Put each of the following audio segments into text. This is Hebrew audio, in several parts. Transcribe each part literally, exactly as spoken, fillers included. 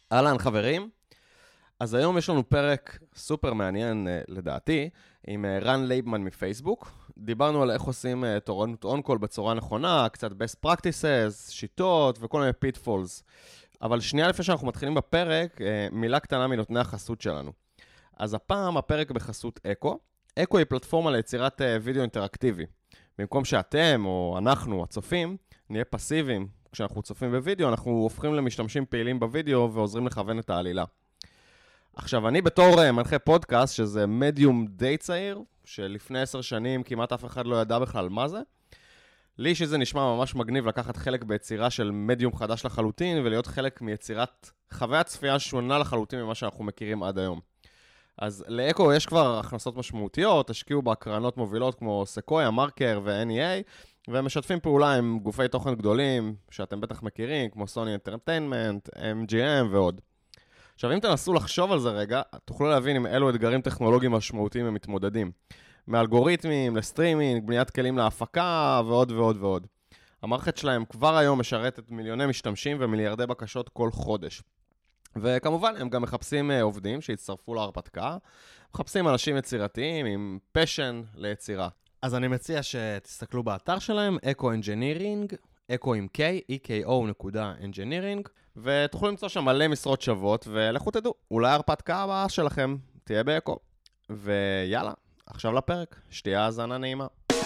אהלן חברים, אז היום יש לנו פרק סופר מעניין לדעתי עם רן לייבמן מפייסבוק. דיברנו על איך עושים תורנות און-קול בצורה נכונה, קצת best practices, שיטות וכל מיני pitfalls. אבל שנייה לפני שאנחנו מתחילים בפרק, מילה קטנה מנותני החסות שלנו. אז הפעם הפרק בחסות אקו. אקו היא פלטפורמה ליצירת וידאו אינטראקטיבי. במקום שאתם או אנחנו, הצופים, נהיה פסיביים. כשאנחנו צופים בווידאו, אנחנו הופכים למשתמשים פעילים בווידאו ועוזרים לכוון את העלילה. עכשיו, אני בתור מנחה פודקאסט, שזה מדיום די צעיר, שלפני עשר שנים כמעט אף אחד לא ידע בכלל מה זה, לי שזה נשמע ממש מגניב לקחת חלק ביצירה של מדיום חדש לחלוטין, ולהיות חלק מיצירת חוויית צפייה שונה לחלוטין ממה שאנחנו מכירים עד היום. אז לאקו יש כבר הכנסות משמעותיות, השקיעו בהקרנות מובילות כמו סקויה, מרקר ו-אן אי איי, והם משתפים פעולה עם גופי תוכן גדולים שאתם בטח מכירים, כמו סוני אנטרטיינמנט, אם ג'י אם ועוד. עכשיו, אם תנסו לחשוב על זה רגע, תוכלו להבין עם אילו אתגרים טכנולוגיים משמעותיים הם מתמודדים. מאלגוריתמים, לסטרימינג, בניית כלים להפקה ועוד ועוד ועוד. המערכת שלהם כבר היום משרתת מיליוני משתמשים ומיליארדי בקשות כל חודש. וכמובן, הם גם מחפשים עובדים שהצטרפו להרפתקה, מחפשים אנשים יצירתיים עם פשן ליצירה. אז אני מציע שתסתכלו באתר שלהם, אקו אנג'ינירינג, אקו עם K, E-K-O.Engineering, ותוכלו למצוא שם מלא משרות שוות, ולכו תדעו, אולי ההרפתקה הבאה שלכם תהיה באקו. ויאללה, עכשיו לפרק, שתהיה האזנה נעימה.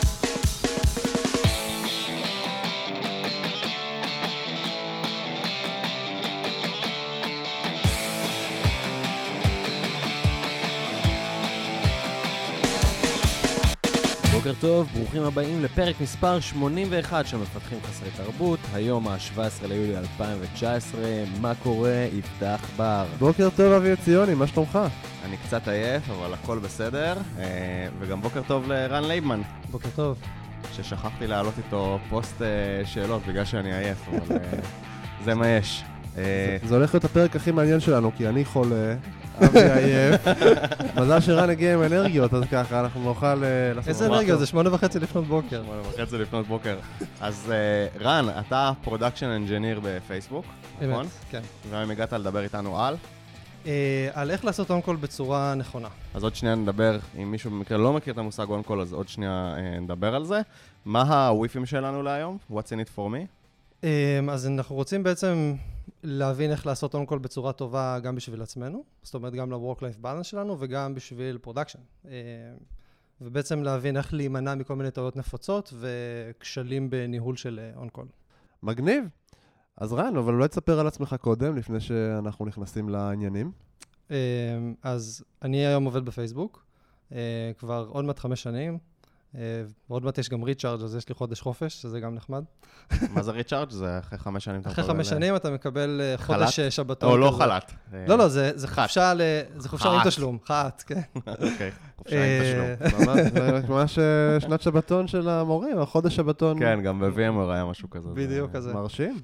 בוקר טוב, ברוכים הבאים לפרק מספר שמונים ואחת של מפתחים חסרי תרבות, היום ה-שבעה עשר ליולי אלפיים תשע עשרה, מה קורה? יפתח בר. בוקר טוב אבי ציוני, מה שלומך? אני קצת עייף, אבל הכל בסדר, וגם בוקר טוב לרן לייבמן. בוקר טוב. ששכחתי להעלות איתו פוסט שאלות בגלל שאני עייף, אבל זה מה יש. זה הולך להיות הפרק הכי מעניין שלנו, כי אני חולה. אבי עייף. מזל שרן הגיע עם אנרגיות, אז ככה אנחנו נוכל לעשות... איזה אנרגיות? זה שמונה וחצי לפנות בוקר. שמונה וחצי לפנות בוקר. אז רן, אתה פרודקשן אנג'יניר בפייסבוק, נכון? כן. והיום הגעת לדבר איתנו על? על איך לעשות און-קול בצורה נכונה. אז עוד שנייה נדבר, אם מישהו במקרה לא מכיר את המושג און-קול, אז עוד שנייה נדבר על זה. מה הוויפים שלנו להיום? What's in it for me? אז אנחנו רוצים בעצם להבין איך לעשות און-קול בצורה טובה גם בשביל עצמנו, זאת אומרת גם ל-work-life balance שלנו וגם בשביל פרודקשן. ובעצם להבין איך להימנע מכל מיני טעויות נפוצות וכשלים בניהול של און-קול. מגניב. אז רן, אבל אולי תספר על עצמך קודם, לפני שאנחנו נכנסים לעניינים. אז אני היום עובד בפייסבוק, כבר עוד מעט חמש שנים, ועוד מעט יש גם ריצ'ארג', אז יש לי חודש חופש, שזה גם נחמד. מה זה ריצ'ארג'? זה אחרי חמש שנים? אחרי חמש שנים אתה מקבל חודש שבתון. או לא חל"ת. לא, לא, זה חופשה עם תשלום. חת, כן. אוקיי, חופשה עם תשלום. ממש שנת שבתון של המורים, החודש שבתון. כן, גם ב-וי אם אר היה משהו כזה. בדיוק כזה. מרשים.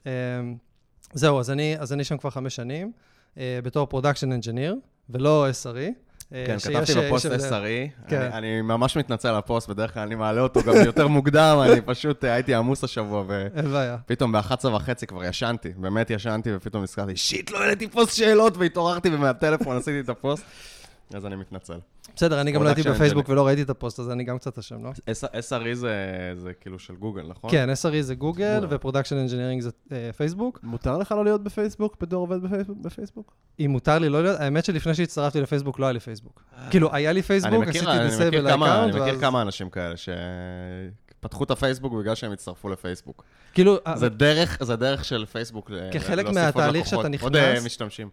זהו, אז אני שם כבר חמש שנים, בתור פרודקשן אנג'יניר, ולא אס אר אי. כן, כתבתי בפוסט אס אר אי, אני ממש מתנצל על הפוסט, בדרך כלל אני מעלה אותו גם יותר מוקדם, אני פשוט הייתי עמוס השבוע, ופתאום ב-אחת עשרה וחצי כבר ישנתי, באמת ישנתי, ופתאום נזכרתי, שיט, לא העליתי פוסט שאלות, והתעוררתי ומהטלפון עשיתי את הפוסט, אז אני מתנצל. בסדר, אני גם לא הייתי בפייסבוק ולא ראיתי את הפוסט, אז אני גם קצת אשם, לא? אס אר אי זה כאילו של גוגל, נכון? כן, אס אר אי זה גוגל, ופרודקשן אנג'ינירינג זה פייסבוק. מותר לך לא להיות בפייסבוק, בתור עובד בפייסבוק? אם מותר לי לא להיות, האמת שלפני שהצטרפתי לפייסוק לא היה לי פייסבוק. כאילו, היה לי פייסבוק, עשיתי דיסייבל לאקאונט. אני מכיר כמה אנשים כאלה שפתחו את הפייסבוק בגלל שהם הצטרפו לפייסבוק. כאילו, זה דרך, זה דרך של פייסבוק כחלק מהתהליך שאתה נכנס, עוד משתמשים.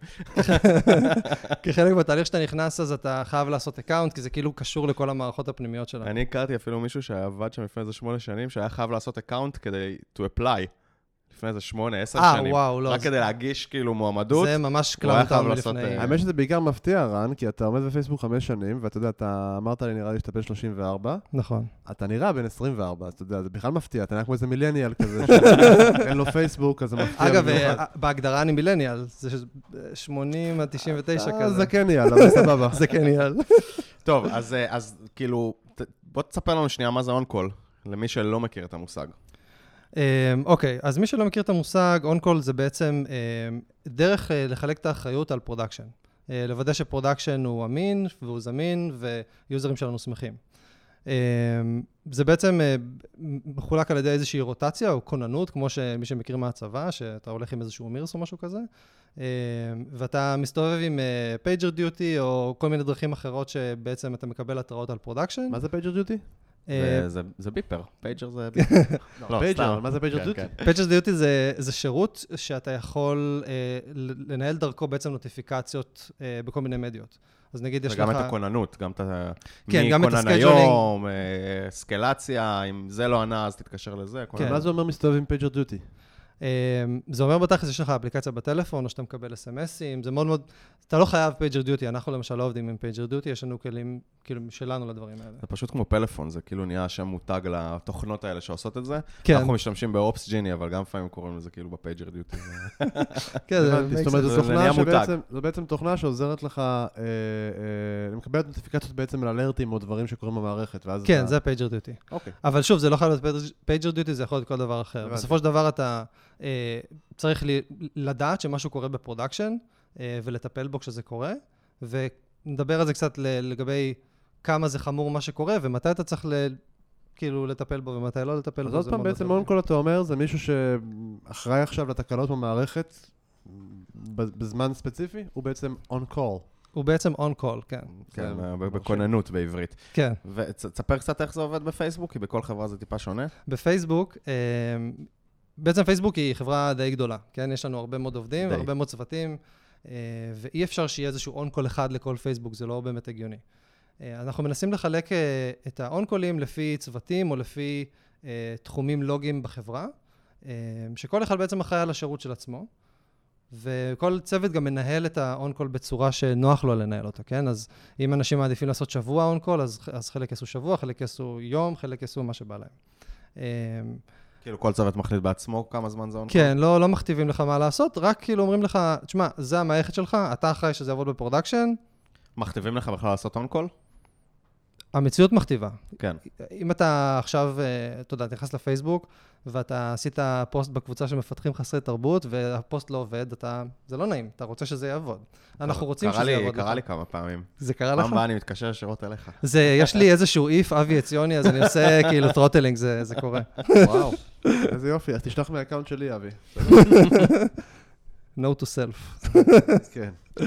כחלק מהתהליך שאתה נכנס, אז אתה חייב לעשות אקאונט, כי זה כאילו קשור לכל המערכות הפנימיות שלנו. אני הכרתי אפילו מישהו שעבד שם לפני איזה שמונה שנים, שהיה חייב לעשות אקאונט כדי to apply. לפני איזה שמונה, עשר שנים. וואו, לא. רק כדי להגיש כאילו מועמדות. זה ממש קלאונטאון מלפני. האמת שזה בעיקר מפתיע, רן, כי אתה עומד בפייסבוק חמש שנים, ואתה יודע, אתה אמרת לי נראה לי שאתה בן שלושים וארבע. נכון. אתה נראה בן עשרים וארבע, אז אתה יודע, זה בכלל מפתיע, אתה נראה כמו איזה מילניאל כזה, אין לו פייסבוק, אז זה מפתיע. אגב, בהגדרה אני מילניאל, זה שמונים עד תשעים ותשע כזה. זה כן ניאל, אבל סבבה. זה כן ניאל. טוב, אז כאילו, בוא תספר לנו שנייה מה זה און-קול, למי שלא מכיר את המושג. אוקיי, אז מי שלא מכיר את המושג, on-call זה בעצם דרך לחלק את האחריות על פרודקשן. לוודא שפרודקשן הוא אמין והוא זמין ויוזרים שלנו שמחים. זה בעצם מחולק על ידי איזושהי רוטציה או כוננות, כמו שמי שמכיר מהצבא, שאתה הולך עם איזשהו מירס או משהו כזה, ואתה מסתובב עם פייג'ר דיוטי או כל מיני דרכים אחרות שבעצם אתה מקבל התראות על פרודקשן. מה זה פייג'ר דיוטי? זה ביפר, פייג'ר זה ביפר. לא, פייג'ר, מה זה פייג'ר דיוטי? פייג'ר דיוטי זה שירות שאתה יכול לנהל דרכו בעצם נוטיפיקציות בכל מיני מדיות. אז נגיד יש לך... וגם את הכוננות, גם את ה... כן, גם את הסקייג'ולינג. מי כונן היום, אסקלציה, אם זה לא ענה, אז תתקשר לזה. מה זה אומר מסתובב עם פייג'ר דיוטי? זה אומר בתכלס, יש לך אפליקציה בטלפון, או שאתה מקבל אס אם אסים, זה מאוד מאוד... אתה לא חייב פייג'ר דיוטי, אנחנו למשל לא עובדים עם פייג'ר דיוטי, יש לנו כלים כאילו שלנו לדברים האלה. זה פשוט כמו פלאפון, זה כאילו נהיה שם מותג לתוכנות האלה שעושות את זה. כן. אנחנו משתמשים באופס ג'יני, אבל גם לפעמים קוראים לזה כאילו בפייג'ר דיוטי. כן, זאת אומרת, זו תוכנה שבעצם, זו בעצם תוכנה שעוזרת לך, מקבלת נוטיפיקציות בעצם על אלרטים או דברים שקורים במערכת, ואז כן, זה פייג'ר דיוטי. אוקיי. אבל שוב, זה לא יכול להיות פייג'ר דיוטי, זה יכול להיות כל דבר אחר. בסופו של דבר אתה צריך לדעת שמשהו קורה בפרודקשן, ולטפל בו כשזה קורה, ונדבר על זה קצת לגבי כמה זה חמור מה שקורה, ומתי אתה צריך כאילו לטפל בו, ומתי לא לטפל בו. אז עוד פעם, בעצם on-call אתה אומר, זה מישהו שאחראי עכשיו לתקלות במערכת, בזמן ספציפי, הוא בעצם on-call. הוא בעצם on-call, כן. כן, בכוננות בעברית. כן. ותספר קצת איך זה עובד בפייסבוק, כי בכל חברה זה טיפה שונה. בפייסבוק, בעצם פייסבוק היא חברה די גדולה, כן? יש לנו הרבה מאוד עובדים, והרבה מאוד צוותים, ואי אפשר שיהיה איזשהו on-call אחד לכל פייסבוק, זה לא באמת הגיוני. אנחנו מנסים לחלק את ה-on-callים לפי צוותים או לפי תחומים לוגיים בחברה, שכל אחד בעצם אחראי על השירות של עצמו, וכל צוות גם מנהל את ה-on-call בצורה שנוח לו לנהל אותה, כן? אז אם אנשים מעדיפים לעשות שבוע on-call, אז, אז חלק יעשו שבוע, חלק יעשו יום, חלק יעשו מה שבא להם. כאילו כל צוות מחליט בעצמו כמה זמן זה on-call? כן, לא, לא מכתיבים לך מה לעשות, רק כאילו אומרים לך, תשמע, זה המערכת שלך, אתה אחראי שזה יעבוד בפרודקשן. מכתיבים לך בכלל לעשות on-call? המציאות מכתיבה. כן. אם אתה עכשיו, אתה יודע, נכנס לפייסבוק, ואתה עשית פוסט בקבוצה שמפתחים חסרי תרבות, והפוסט לא עובד, אתה, זה לא נעים, אתה רוצה שזה יעבוד. אנחנו רוצים שזה יעבוד. קרה לי כמה פעמים. זה קרה לך? פעם באה אני מתקשר ישירות אליך. זה, יש לי איזשהו איף, אבי עציוני, אז אני עושה כאילו טרוטלינג, זה, זה קורה. וואו. איזה יופי, אז תשלח מהאקאונט שלי, אבי. No to self. כן.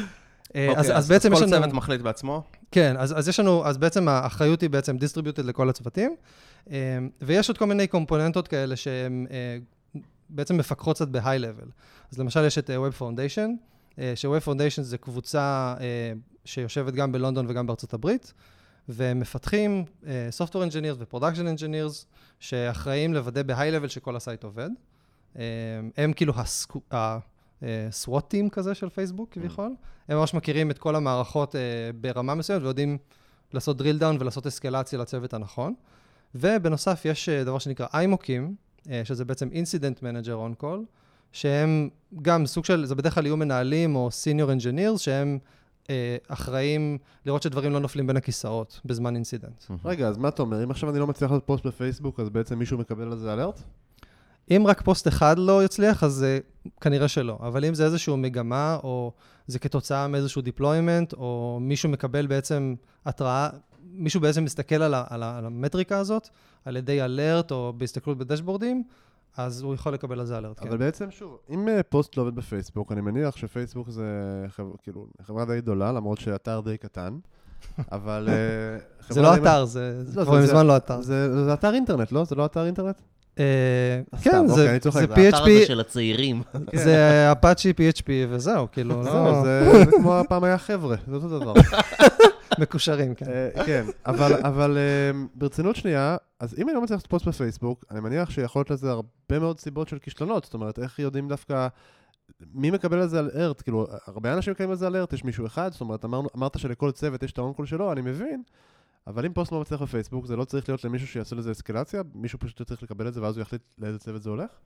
אז בעצם יש לנו... כל צוות מחליט בעצמו? כן, אז יש לנו, אז בעצם האחריות היא בעצם distributed לכל הצוותים, ויש עוד כל מיני קומפוננטות כאלה שהן בעצם מפקחות קצת ב-high level. אז למשל יש את Web Foundation, ש-Web Foundation זה קבוצה שיושבת גם בלונדון וגם בארצות הברית, ומפתחים Software Engineers ו-Production Engineers, שאחראים לוודא ב-high level שכל הסייט עובד. הם כאילו ה... SWAT team כזה של פייסבוק, כביכול. הם ממש מכירים את כל המערכות ברמה מסוימת, ויודעים לעשות drill down ולעשות אסקלציה לצוות הנכון. ובנוסף, יש דבר שנקרא אימוקים, שזה בעצם Incident Manager on Call, שהם גם סוג של, זה בדרך כלל יהיו מנהלים או Senior Engineers, שהם אחראים לראות שדברים לא נופלים בין הכיסאות בזמן אינסידנט. רגע, אז מה אתה אומר? אם עכשיו אני לא מצליח לעשות פוסט בפייסבוק, אז בעצם מישהו מקבל על זה אלרט? אם רק פוסט אחד לא יצליח, אז כנראה שלא. אבל אם זה איזשהו מגמה, או זה כתוצאה מאיזשהו deployment, או מישהו מקבל בעצם התראה, מישהו בעצם מסתכל על, ה- על, ה- על המטריקה הזאת, על ידי אלרט או בהסתכלות בדשבורדים, אז הוא יכול לקבל על זה אלרט. אבל כן. בעצם שוב, אם פוסט לא עובד בפייסבוק, אני מניח שפייסבוק זה חבר, כאילו, חברה די גדולה, למרות שאתר די קטן, אבל... זה לא אתר, זה כבר מזמן לא אתר. זה אתר אינטרנט, לא? זה לא אתר אינטרנט? כן, זה פי אייץ' האתר פי, הזה של הצעירים. זה אפאצ'י, פי אייץ' פי וזהו, כאילו, זהו, זה כמו הפעם היה חבר'ה, זה אותו דבר. מקושרים, כן. כן, אבל ברצינות שנייה, אז אם אני לא מצליח לעשות פוסט בפייסבוק, אני מניח שיכול להיות לזה הרבה מאוד סיבות של כישלונות, זאת אומרת, איך יודעים דווקא, מי מקבל על זה אלרט? כאילו, הרבה אנשים מקבלים על זה אלרט, יש מישהו אחד, זאת אומרת, אמרת שלכל צוות יש את האון-קול שלו, אני מבין, אבל אם פוסט לא מצליח בפייסבוק, זה לא צריך להיות למישהו שיעשה לזה אסקלציה, מישהו פשוט צריך לקבל את זה, ואז הוא יחליט לאיזה צוות זה הולך?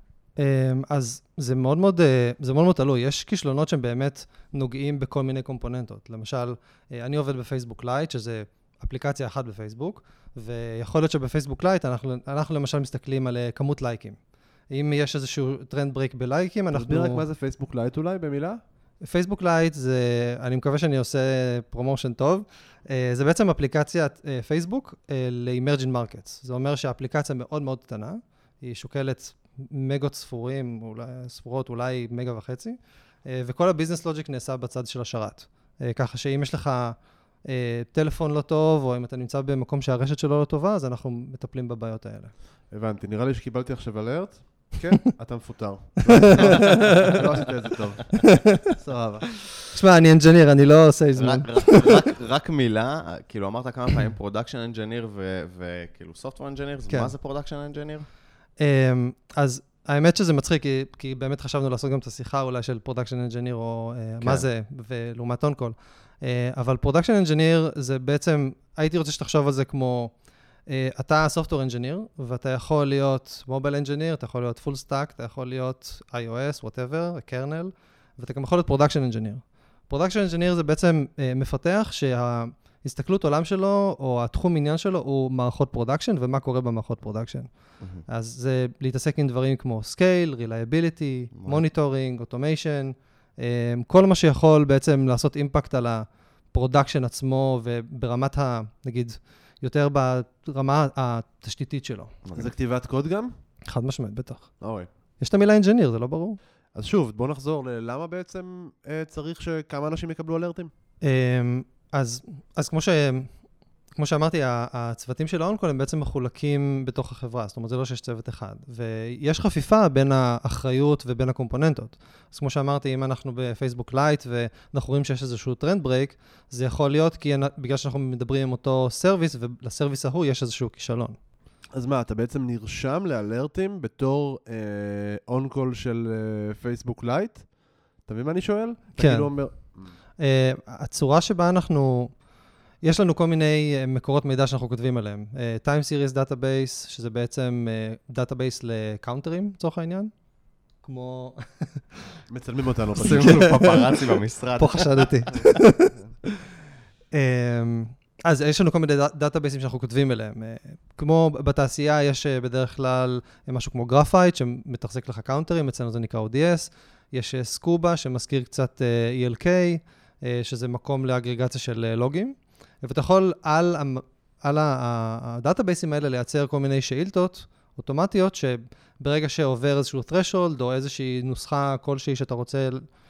אז זה מאוד מאוד, זה מאוד מאוד תלוי. יש כישלונות שהם באמת נוגעים בכל מיני קומפוננטות. למשל, אני עובד בפייסבוק לייט, שזה אפליקציה אחת בפייסבוק, ויכול להיות שבפייסבוק לייט אנחנו, אנחנו למשל מסתכלים על כמות לייקים. אם יש איזשהו טרנד ברייק בלייקים, אנחנו... תסביר רק מה זה פייסבוק לייט אולי, במילה? פייסבוק לייט זה, אני מקווה שאני עושה פרומושן טוב, זה בעצם אפליקציית פייסבוק ל-Emerging Markets. זה אומר שהאפליקציה מאוד מאוד קטנה, היא שוקלת מגות ספורים, אולי, ספורות, אולי מגה וחצי, וכל הביזנס לוג'יק נעשה בצד של השרת. ככה שאם יש לך טלפון לא טוב, או אם אתה נמצא במקום שהרשת שלו לא טובה, אז אנחנו מטפלים בבעיות האלה. הבנתי, נראה לי שקיבלתי עכשיו אלרט. כן, אתה מפוטר. לא עשית את זה טוב. סבבה. תשמע, אני אנג'יניר, אני לא עושה זמן. רק מילה, כאילו אמרת כמה פעמים פרודקשן אנג'יניר וכאילו סופטוור אנג'יניר, מה זה פרודקשן אנג'יניר? אז האמת שזה מצחיק, כי באמת חשבנו לעשות גם את השיחה אולי של פרודקשן אנג'יניר, או מה זה, ולעומת און קול. אבל פרודקשן אנג'יניר זה בעצם, הייתי רוצה שתחשוב על זה כמו, אתה סופטוור אנג'יניר, ואתה יכול להיות מובייל אנג'יניר, אתה יכול להיות פול סטאק, אתה יכול להיות iOS, whatever, kernel, ואתה גם יכול להיות פרודקשן אנג'יניר. פרודקשן אנג'יניר זה בעצם מפתח שההסתכלות עולם שלו, או התחום עניין שלו, הוא מערכות פרודקשן, ומה קורה במערכות פרודקשן. אז זה להתעסק עם דברים כמו scale, reliability, monitoring, automation, כל מה שיכול בעצם לעשות אימפקט על הפרודקשן עצמו, וברמת ה, נגיד, יותר ברמה התשתיתית שלו. זה כתיבת קוד גם? חד משמעית, בטח. אוי. יש את המילה אנג'יניר, זה לא ברור. אז שוב, בוא נחזור ללמה בעצם צריך שכמה אנשים יקבלו אלרטים? אז, אז כמו ש... כמו שאמרתי, הצוותים של האונקול הם בעצם מחולקים בתוך החברה, זאת אומרת, זה לא שיש צוות אחד. ויש חפיפה בין האחריות ובין הקומפוננטות. אז כמו שאמרתי, אם אנחנו בפייסבוק לייט ואנחנו רואים שיש איזשהו טרנד ברייק, זה יכול להיות כי בגלל שאנחנו מדברים עם אותו סרוויס, ולסרוויס ההוא יש איזשהו כישלון. אז מה, אתה בעצם נרשם לאלרטים בתור אונקול של פייסבוק לייט? אתה מבין מה אני שואל? כן. הצורה שבה אנחנו... יש לנו כל מיני מקורות מידע שאנחנו כותבים עליהם. Time Series Database, שזה בעצם Database לקאונטרים, לצורך העניין. כמו... מצלמים אותנו. עושים לנו פפרצי במשרד. פה חשדתי. אז יש לנו כל מיני דאטאבייסים שאנחנו כותבים אליהם. כמו בתעשייה יש בדרך כלל משהו כמו גרפייט, שמתחזק לך קאונטרים, אצלנו זה נקרא או די אס. יש סקובה, שמזכיר קצת אי אל קיי, שזה מקום לאגרגציה של לוגים. ואתה יכול על, על הדאטאבייסים האלה לייצר כל מיני שאילתות אוטומטיות, שברגע שעובר איזשהו threshold, או איזושהי נוסחה כלשהי שאתה רוצה...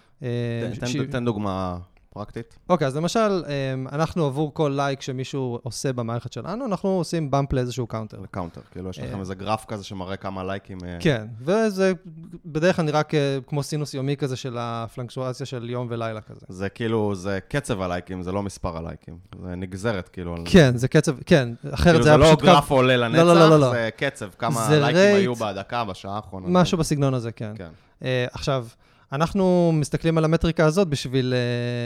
תן דוגמה פרקטית. אוקיי, אז למשל, אנחנו עבור כל לייק שמישהו עושה במערכת שלנו, אנחנו עושים באמפ לאיזשהו קאונטר. לקאונטר, כאילו יש לכם איזה גרף כזה שמראה כמה לייקים... כן, וזה בדרך כלל נראה כמו סינוס יומי כזה של הפלנקטואציה של יום ולילה כזה. זה כאילו, זה קצב הלייקים, זה לא מספר הלייקים. זה נגזרת כאילו. כן, זה קצב, כן. אחרת זה היה פשוט... כאילו זה לא גרף עולה לנצח, זה קצב, כמה לייקים היו בדקה, בשעה האחרונה. משהו בסגנון הזה, כן. עכשיו... אנחנו מסתכלים על המטריקה הזאת בשביל,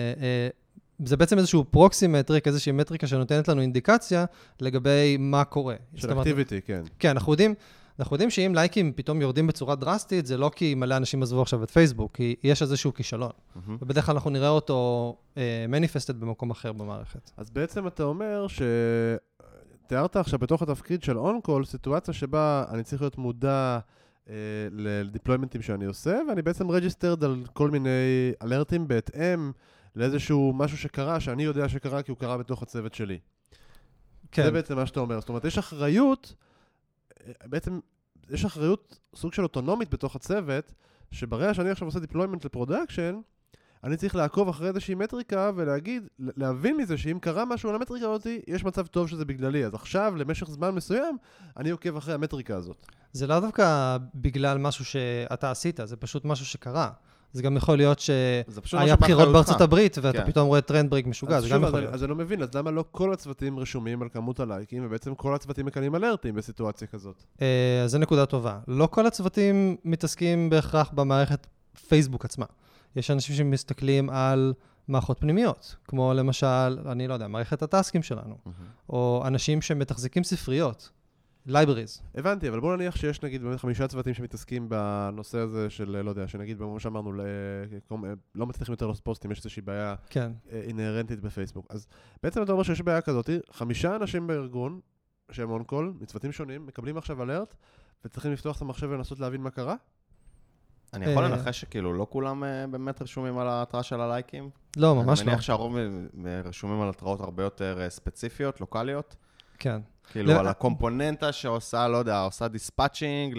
זה בעצם איזשהו פרוקסי מטריק, איזושהי מטריקה שנותנת לנו אינדיקציה לגבי מה קורה. של אקטיביטי, כן. כן, אנחנו יודעים, אנחנו יודעים שאם לייקים פתאום יורדים בצורה דרסטית, זה לא כי מלא אנשים עזבו עכשיו את פייסבוק, כי יש איזשהו כישלון. ובדרך כלל אנחנו נראה אותו מניפסטד במקום אחר במערכת. אז בעצם אתה אומר שתיארת עכשיו בתוך התפקיד של און-קול, סיטואציה שבה אני צריך להיות מודע לדיפלוימנטים שאני עושה, ואני בעצם רג'יסטרד על כל מיני אלרטים בהתאם לאיזשהו משהו שקרה, שאני יודע שקרה כי הוא קרה בתוך הצוות שלי. כן. זה בעצם מה שאתה אומר. זאת אומרת, יש אחריות, בעצם יש אחריות סוג של אוטונומית בתוך הצוות, שברגע שאני עכשיו עושה דיפלוימנט לפרודקשן, אני צריך לעקוב אחרי איזושהי מטריקה ולהגיד, להבין מזה שאם קרה משהו על המטריקה הזאת, יש מצב טוב שזה בגללי. אז עכשיו, למשך זמן מסוים, אני עוקב אחרי המטריקה הזאת. זה לא דווקא בגלל משהו שאתה עשית, זה פשוט משהו שקרה. זה גם יכול להיות שהיה בחירות בארצות הברית, ואתה פתאום רואה טרנד ברייק משוגע, זה גם יכול להיות. אז אני לא מבין, אז למה לא כל הצוותים רשומים על כמות הלייקים, ובעצם כל הצוותים מקנים אלרטים בסיטואציה כזאת? זו נקודה טובה. לא כל הצוותים מתעסקים בהכרח במערכת פייסבוק עצמה. יש אנשים שמסתכלים על מערכות פנימיות, כמו למשל, אני לא יודע, מערכת הטסקים שלנו, או אנשים שמתחזקים ספריות, libraries. הבנתי, אבל בוא נניח שיש נגיד באמת חמישה צוותים שמתעסקים בנושא הזה של, לא יודע, שנגיד כמו שאמרנו, לא מצליחים יותר לעשות פוסטים, יש איזושהי בעיה אינהרנטית בפייסבוק. אז בעצם אתה אומר שיש בעיה כזאת, חמישה אנשים בארגון, שהם און-קול, מצוותים שונים, מקבלים עכשיו אלרט, וצריכים לפתוח את המחשב ולנסות להבין מה קרה? אני יכול לנחש שכאילו לא כולם באמת רשומים על ההתראה של הלייקים? לא, ממש לא. אני מניח שהרוב רשומים על התראות הרבה יותר ספציפיות, לוקליות. כן. כאילו על הקומפוננטה שעושה, לא יודע, עושה דיספאצ'ינג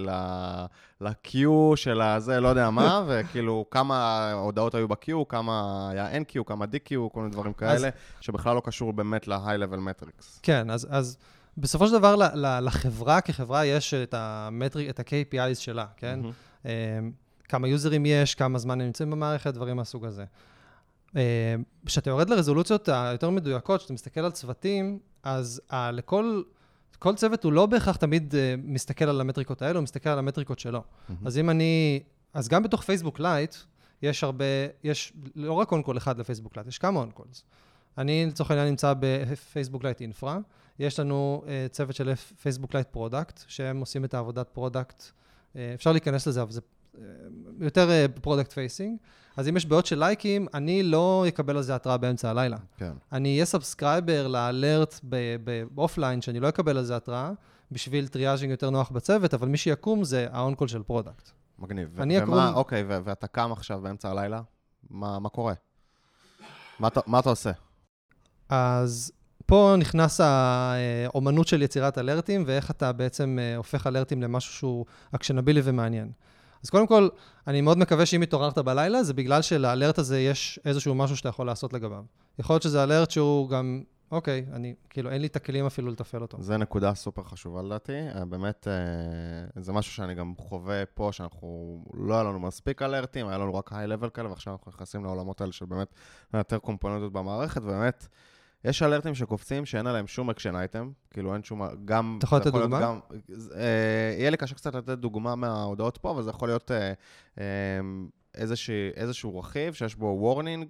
ל-Q של הזה, לא יודע מה, וכאילו כמה הודעות היו ב-Q, כמה היה N-Q, כמה D-Q, כל מיני דברים כאלה, שבכלל לא קשור באמת ל-high-level metrics. כן, אז בסופו של דבר לחברה, כחברה יש את ה-K P Is שלה, כן? כמה יוזרים יש, כמה זמן הם נמצאים במערכת, דברים מהסוג הזה. כשאתה יורד לרזולוציות היותר מדויקות, כשאתה מסתכל על צוותים, אז לכל כל צוות הוא לא בהכרח תמיד מסתכל על המטריקות האלה, הוא מסתכל על המטריקות שלו. אז אם אני, אז גם בתוך פייסבוק לייט, יש הרבה, יש לא רק און-קול אחד לפייסבוק לייט, יש כמה און-קולס. אני לצורך העניין נמצא בפייסבוק לייט אינפרה, יש לנו צוות של פייסבוק לייט פרודקט, שהם עושים את העבודת פרודקט, אפשר להיכנס לזה, אבל זה יותר פרודקט פייסינג. אז אם יש בעיות של לייקים, אני לא אקבל על זה התראה באמצע הלילה. כן. אני אהיה סאבסקרייבר לאלרט באופליין, שאני לא אקבל על זה התראה, בשביל טריאז'ינג יותר נוח בצוות, אבל מי שיקום זה האון-קול של פרודקט. מגניב. ומה, אוקיי, ואתה קם עכשיו באמצע הלילה? מה קורה? מה אתה עושה? אז פה נכנס האומנות של יצירת אלרטים, ואיך אתה בעצם הופך אלרטים למשהו שהוא אקשנבילי ומעניין. אז קודם כל, אני מאוד מקווה שאם התעוררת בלילה, זה בגלל שלאלרט הזה יש איזשהו משהו שאתה יכול לעשות לגביו. יכול להיות שזה אלרט שהוא גם, אוקיי, אני, כאילו, אין לי את הכלים אפילו לתפעל אותו. זה נקודה סופר חשובה לדעתי. באמת, זה משהו שאני גם חווה פה, שאנחנו, לא היה לנו מספיק אלרטים, היה לנו רק high-level כאלה, ועכשיו אנחנו נכנסים לעולמות האלה של באמת יותר קומפוננטות במערכת, ובאמת, יש אלרטים שקופצים שאין עליהם שום אקשן אייטם, כאילו אין שום, גם... אתה יכול לתת דוגמה? גם, אה, יהיה לי קשה קצת לתת דוגמה מההודעות פה, אבל זה יכול להיות אה, אה, איזשה, איזשהו רכיב שיש בו warning,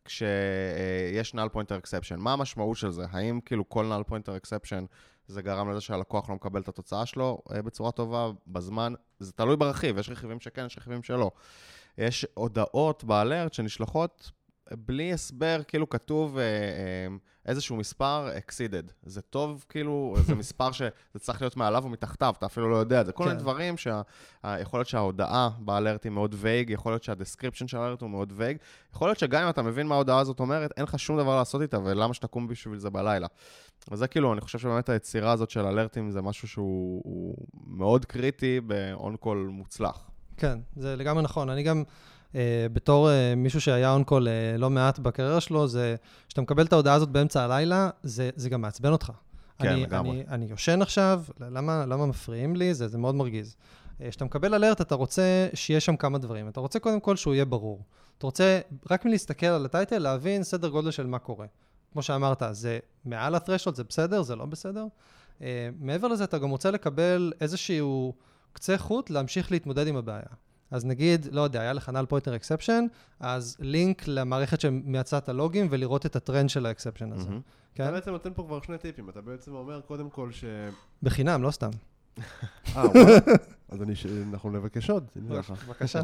כשיש null pointer exception. מה המשמעות של זה? האם כאילו כל null pointer exception זה גרם לזה שהלקוח לא מקבל את התוצאה שלו אה, בצורה טובה, בזמן? זה תלוי ברכיב, יש רכיבים שכן, יש רכיבים שלא. יש הודעות באלרט שנשלחות, בלי הסבר, כאילו כתוב איזשהו מספר exceeded. זה טוב, כאילו, זה מספר שזה צריך להיות מעליו ומתחתיו, אתה אפילו לא יודע את זה. כל מיני דברים שיכול להיות שההודעה באלרט היא מאוד וייג, יכול להיות שהדסקריפשן של האלרט הוא מאוד וייג, יכול להיות שגם אם אתה מבין מה ההודעה הזאת אומרת, אין לך שום דבר לעשות איתה, ולמה שתקום בשביל זה בלילה. וזה כאילו, אני חושב שבאמת היצירה הזאת של אלרטים זה משהו שהוא מאוד קריטי באון-קול מוצלח. כן, זה לגמרי נכון. אני גם... Uh, בתור uh, מישהו שהיה און-קול uh, לא מעט בקריירה שלו, זה שאתה מקבל את ההודעה הזאת באמצע הלילה, זה, זה גם מעצבן אותך. כן, אני, לגמרי. אני, אני יושן עכשיו, למה, למה מפריעים לי? זה, זה מאוד מרגיז. כשאתה מקבל אלרט, אתה רוצה שיהיה שם כמה דברים. אתה רוצה קודם כל שהוא יהיה ברור. אתה רוצה רק מלהסתכל על הטייטל, להבין סדר גודל של מה קורה. כמו שאמרת, זה מעל ה-threshold, זה בסדר, זה לא בסדר. Uh, מעבר לזה, אתה גם רוצה לקבל איזשהו קצה חוט להמשיך להתמודד עם הבעיה. אז נגיד, לא יודע, היה לך null pointer exception, אז לינק למערכת שמייצרת את הלוגים ולראות את הטרנד של האקספשן הזה. אתה בעצם נותן פה כבר שני טיפים, אתה בעצם אומר קודם כל ש... בחינם, לא סתם. אה, וואלה. אז אנחנו נבקש עוד. בבקשה.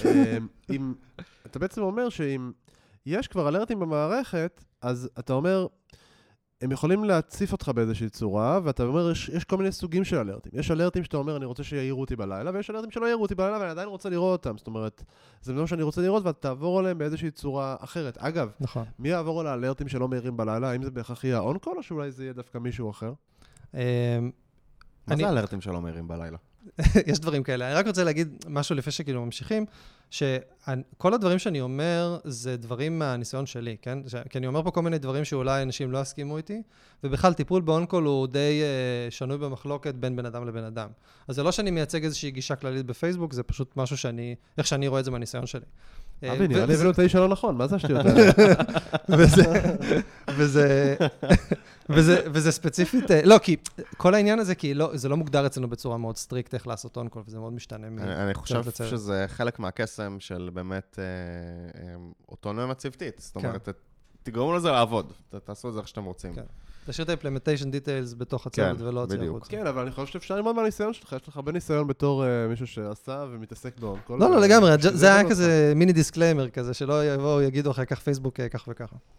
אתה בעצם אומר שאם יש כבר אלרטים במערכת, אז אתה אומר... הם יכולים להציף אותך באיזושהי צורה, ואתה אומר, יש, יש כל מיני סוגים של אלרטים. יש אלרטים שאתה אומר, אני רוצה שיעירו אותי בלילה, ויש אלרטים שלא יעירו אותי בלילה, ואני עדיין רוצה לראות אותם. זאת אומרת, זה מה שאני רוצה לראות, ואתה תעבור עליהם באיזושהי צורה אחרת. אגב, נכון. מי יעבור על האלרטים שלא מהירים בלילה? האם זה בהכרח יהיה האון-קול, או שאולי זה יהיה דווקא מישהו אחר? מה זה האלרטים שלא מהירים בלילה? יש דברים כאלה. אני רק רוצה להגיד משהו לפני שכאילו ממשיכים, שכל הדברים שאני אומר זה דברים מהניסיון שלי, כן? כי אני אומר פה כל מיני דברים שאולי אנשים לא הסכימו איתי, ובכלל טיפול באון-קול הוא די שנוי במחלוקת בין בן אדם לבן אדם. אז זה לא שאני מייצג איזושהי גישה כללית בפייסבוק, זה פשוט משהו שאני, איך שאני רואה את זה מהניסיון שלי. אבי, נראה לי הבאנו את האיש הלא נכון, מה זה השטויות האלה? וזה... וזה, וזה ספציפית, לא, כי כל העניין הזה, כי לא, זה לא מוגדר אצלנו בצורה מאוד סטריקט איך לעשות און-קול, וזה מאוד משתנה. אני, אני חושב שזה חלק מהקסם של באמת אוטונומיה צוותית. זאת אומרת, תגרמו לזה לעבוד, תעשו את זה איך שאתם רוצים. תשאיר את ה-implementation details בתוך הצוות ולא הוציא החוצה. כן, אבל אני חושב שאפשר ללמוד מהניסיון שלך, יש לך הרבה ניסיון בתור מישהו שעשה ומתעסק באון-קול. לא, לא, לגמרי, זה היה כזה מיני דיסקליימר כזה, שלא יבואו, יגידו אחר כך פייסבוק כך וככה.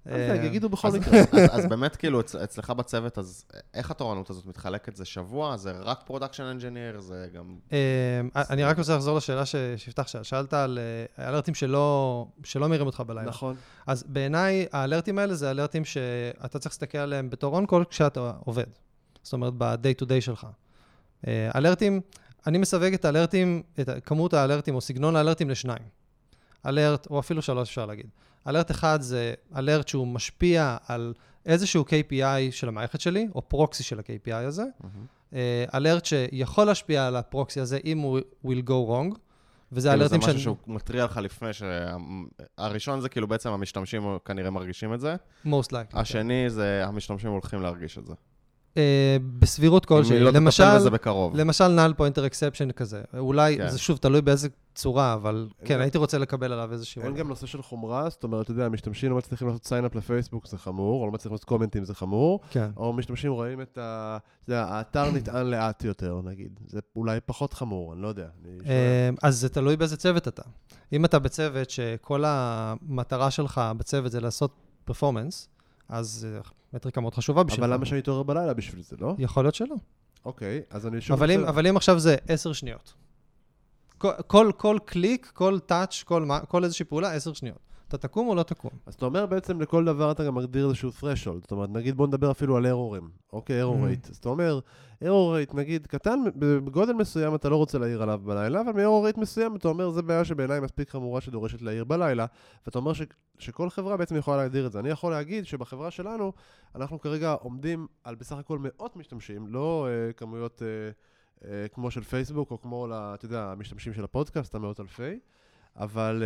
אז יגידו בכל מקרה. אז באמת, כאילו, אצלך בצוות, אז איך התורנות הזאת מתחלקת? זה שבוע? זה רק פרודקשן אנג'יניר? זה גם... אני רק רוצה לחזור לשאלה שיפתח, שאלת על אלרטים שלא מרים אותך בלילה. נכון. אז בעיניי, האלרטים האלה זה אלרטים שאתה צריך להסתכל עליהם בתור און-קול כשאתה עובד. זאת אומרת, ב-day to day שלך. אלרטים, אני מסווג את האלרטים, את כמות האלרטים או סגנון האלרטים לשניים. אלרט, או אפילו שלוש אפשר להגיד. אלרט אחד זה אלרט שהוא משפיע על איזשהו קיי פי איי של המערכת שלי, או פרוקסי של ה-קיי פי איי הזה. אלרט שיכול להשפיע על הפרוקסי הזה אם הוא will go wrong, וזה אלרטים ש... זה משהו שהוא מטריע לך לפני שהראשון זה כאילו בעצם המשתמשים כנראה מרגישים את זה. most likely. השני זה המשתמשים הולכים להרגיש את זה. בסבירות כלשהי. אם לא תטפל בזה בקרוב. למשל null pointer exception כזה. אולי, זה שוב תלוי באיזה צורה, אבל כן, הייתי רוצה לקבל עליו איזשהו... אין גם נושא של חומרה, זאת אומרת, אתה יודע, המשתמשים לא מצליחים לעשות sign-up לפייסבוק, זה חמור, או לא מצליחים לעשות קומנטים, זה חמור, או משתמשים רואים את ה... האתר נטען לאט יותר, נגיד. זה אולי פחות חמור, אני לא יודע. אז זה תלוי באיזה צוות אתה. אם אתה בצוות שכל המטרה שלך בצוות זה לעשות performance, אז מטריקה מאוד חשובה בשבילך. אבל למה שאני אתעורר בלילה בשביל זה, לא? יכול להיות שלא. אוקיי, אז אני שוב... אבל אם, אבל אם עכשיו זה עשר שניות. כל, כל, כל קליק, כל טאץ', כל, כל איזושהי פעולה, עשר שניות. אתה תקום או לא תקום? אז אתה אומר בעצם לכל דבר אתה גם מגדיר איזשהו threshold. זאת אומרת, נגיד בוא נדבר אפילו על אירורים. אוקיי, אירור רייט. אז אתה אומר, אירור רייט, נגיד, קטן, בגודל מסוים אתה לא רוצה להעיר עליו בלילה, אבל מאירור רייט מסוים אתה אומר, זה בעיה שבעיניי מספיק חמורה שדורשת להעיר בלילה, ואתה אומר ש, שכל חברה בעצם יכולה להגדיר את זה. אני יכול להגיד שבחברה שלנו, אנחנו כרגע עומדים על בסך הכל מאות משתמשים, לא uh, כמויות uh, uh, כמו של פייסבוק, או כמו, אתה יודע, המשתמשים של הפודקאסט, המאות אלפי. אבל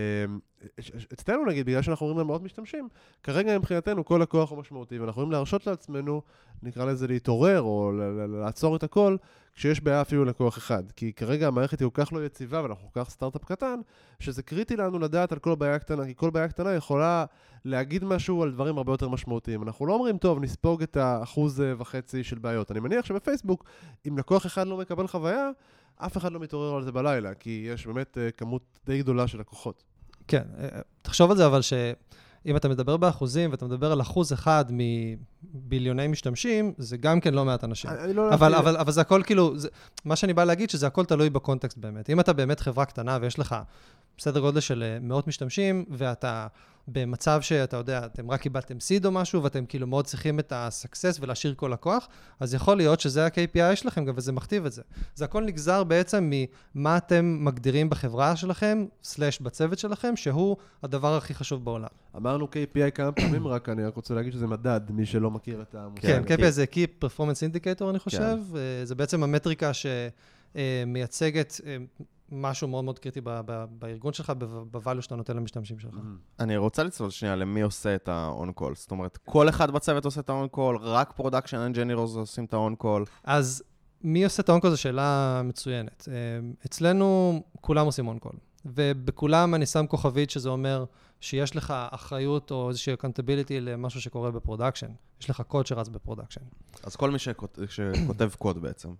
אצלנו נגיד, בגלל שאנחנו אומרים למאות משתמשים, כרגע מבחינתנו כל לקוח הוא משמעותי, ואנחנו יכולים להרשות לעצמנו, נקרא לזה להתעורר או לעצור את הכל, כשיש בעיה אפילו לקוח אחד. כי כרגע המערכת היא כל כך לא יציבה, ואנחנו כל כך סטארט-אפ קטן, שזה קריטי לנו לדעת על כל בעיה קטנה, כי כל בעיה קטנה יכולה להגיד משהו על דברים הרבה יותר משמעותיים. אנחנו לא אומרים, טוב, נספוג את האחוז וחצי של בעיות. אני מניח שבפייסבוק, אם לקוח אחד לא מקבל חוויה, אף אחד לא מתעורר על זה בלילה, כי יש באמת כמות די גדולה של לקוחות. כן, תחשוב על זה, אבל שאם אתה מדבר באחוזים, ואתה מדבר על אחוז אחד מביליוני משתמשים, זה גם כן לא מעט אנשים. לא אבל, אבל, אבל זה הכל כאילו, זה, מה שאני בא להגיד, שזה הכל תלוי בקונטקסט באמת. אם אתה באמת חברה קטנה, ויש לך בסדר גודל של מאות משתמשים, ואתה במצב שאתה יודע, אתם רק קיבלתם סיד או משהו, ואתם כאילו מאוד צריכים את ה-success ולהשאיר כל לקוח, אז יכול להיות שזה ה-קיי פי איי שלכם גם, וזה מכתיב את זה. זה הכל נגזר בעצם ממה אתם מגדירים בחברה שלכם, סלש בצוות שלכם, שהוא הדבר הכי חשוב בעולם. אמרנו קיי פי איי כמה פעמים, רק אני רק רוצה להגיד שזה מדד, מי שלא מכיר את המושג. כן, קיי פי איי זה Key Performance Indicator, אני חושב. זה בעצם המטריקה שמייצגת משהו מאוד מאוד קריטי בארגון שלך, בvalue שאתה נותן למשתמשים שלך. אני רוצה לצלול שנייה למי עושה את ה-on-call. זאת אומרת, כל אחד בצוות עושה את ה-on-call, רק production engineers עושים את ה-on-call. אז מי עושה את ה-on-call זו שאלה מצוינת. אצלנו כולם עושים on-call, ובכולם אני שם כוכבית שזה אומר שיש לך אחריות או איזושהי accountability למשהו שקורה בפרודקשן. יש לך קוד שרץ בפרודקשן. אז כל מי שכותב קוד בעצם.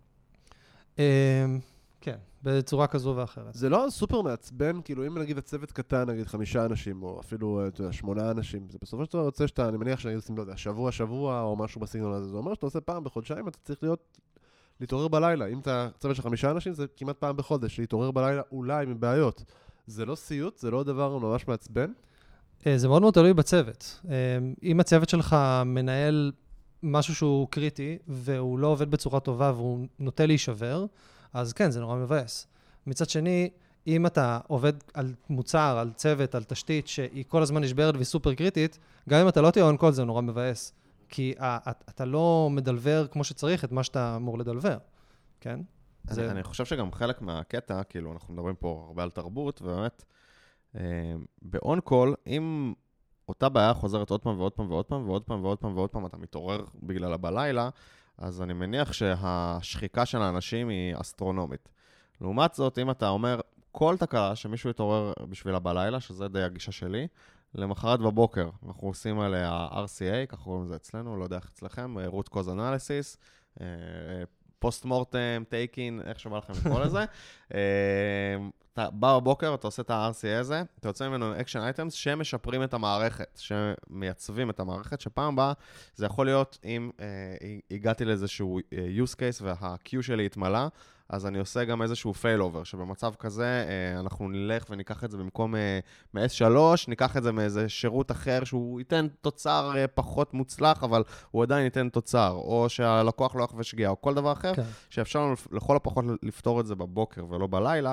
כן, בצורה כזו ואחרת. זה לא סופר מעצבן, כאילו אם נגיד הצוות קטן, נגיד חמישה אנשים, או אפילו, אתה יודע, שמונה אנשים, זה בסופו של דבר רוצה שאתה, אני מניח שאני עושים, לא יודע, שבוע, שבוע, או משהו בסגנון הזה, זה אומר שאתה עושה פעם בחודשיים, אתה צריך להיות, להתעורר בלילה. אם אתה צוות של חמישה אנשים, זה כמעט פעם בחודש, להתעורר בלילה אולי מבעיות. זה לא סיוט, זה לא דבר ממש מעצבן. זה מאוד מאוד תלוי בצוות. אם הצוות שלך מנהל משהו שהוא קריטי, והוא לא עובד בצורה טובה, והוא נוטה להישבר, אז כן, זה נורא מבאס. מצד שני, אם אתה עובד על מוצר, על צוות, על תשתית, שהיא כל הזמן נשברת והיא סופר קריטית, גם אם אתה לא תהיה on call, זה נורא מבאס. כי אתה לא מדלבר כמו שצריך את מה שאתה אמור לדלבר. כן? אני, אני חושב שגם חלק מהקטע, כאילו אנחנו מדברים פה הרבה על תרבות, ובאמת, ב-on call, אם אותה בעיה חוזרת עוד פעם ועוד פעם ועוד פעם ועוד פעם ועוד פעם ועוד פעם, אתה מתעורר בגללה בלילה, אז אני מניח שהשחיקה של האנשים היא אסטרונומית. לעומת זאת, אם אתה אומר, כל תקלה שמישהו יתעורר בשבילה בלילה, שזה די הגישה שלי, למחרת בבוקר, אנחנו עושים עליה אר סי איי, ככה קוראים לזה אצלנו, לא יודע איך אצלכם, root cause analysis, פוסט מורטם, טייקין, איך שבא לכם לקרוא לזה. אתה בא בבוקר, אתה עושה את ה-אר סי איי הזה, אתה יוצא ממנו אקשן אייטמס שמשפרים את המערכת, שמייצבים את המערכת, שפעם הבאה זה יכול להיות אם הגעתי לאיזשהו use case וה-Q שלי התמלא, אז אני עושה גם איזשהו failover, שבמצב כזה אנחנו נלך וניקח את זה במקום מ-אס שלוש, ניקח את זה מאיזה שירות אחר שהוא ייתן תוצר פחות מוצלח, אבל הוא עדיין ייתן תוצר, או שהלקוח לא יחווה שגיאה, או כל דבר אחר, כן. שאפשר לנו לכל הפחות לפתור את זה בבוקר ולא בלילה,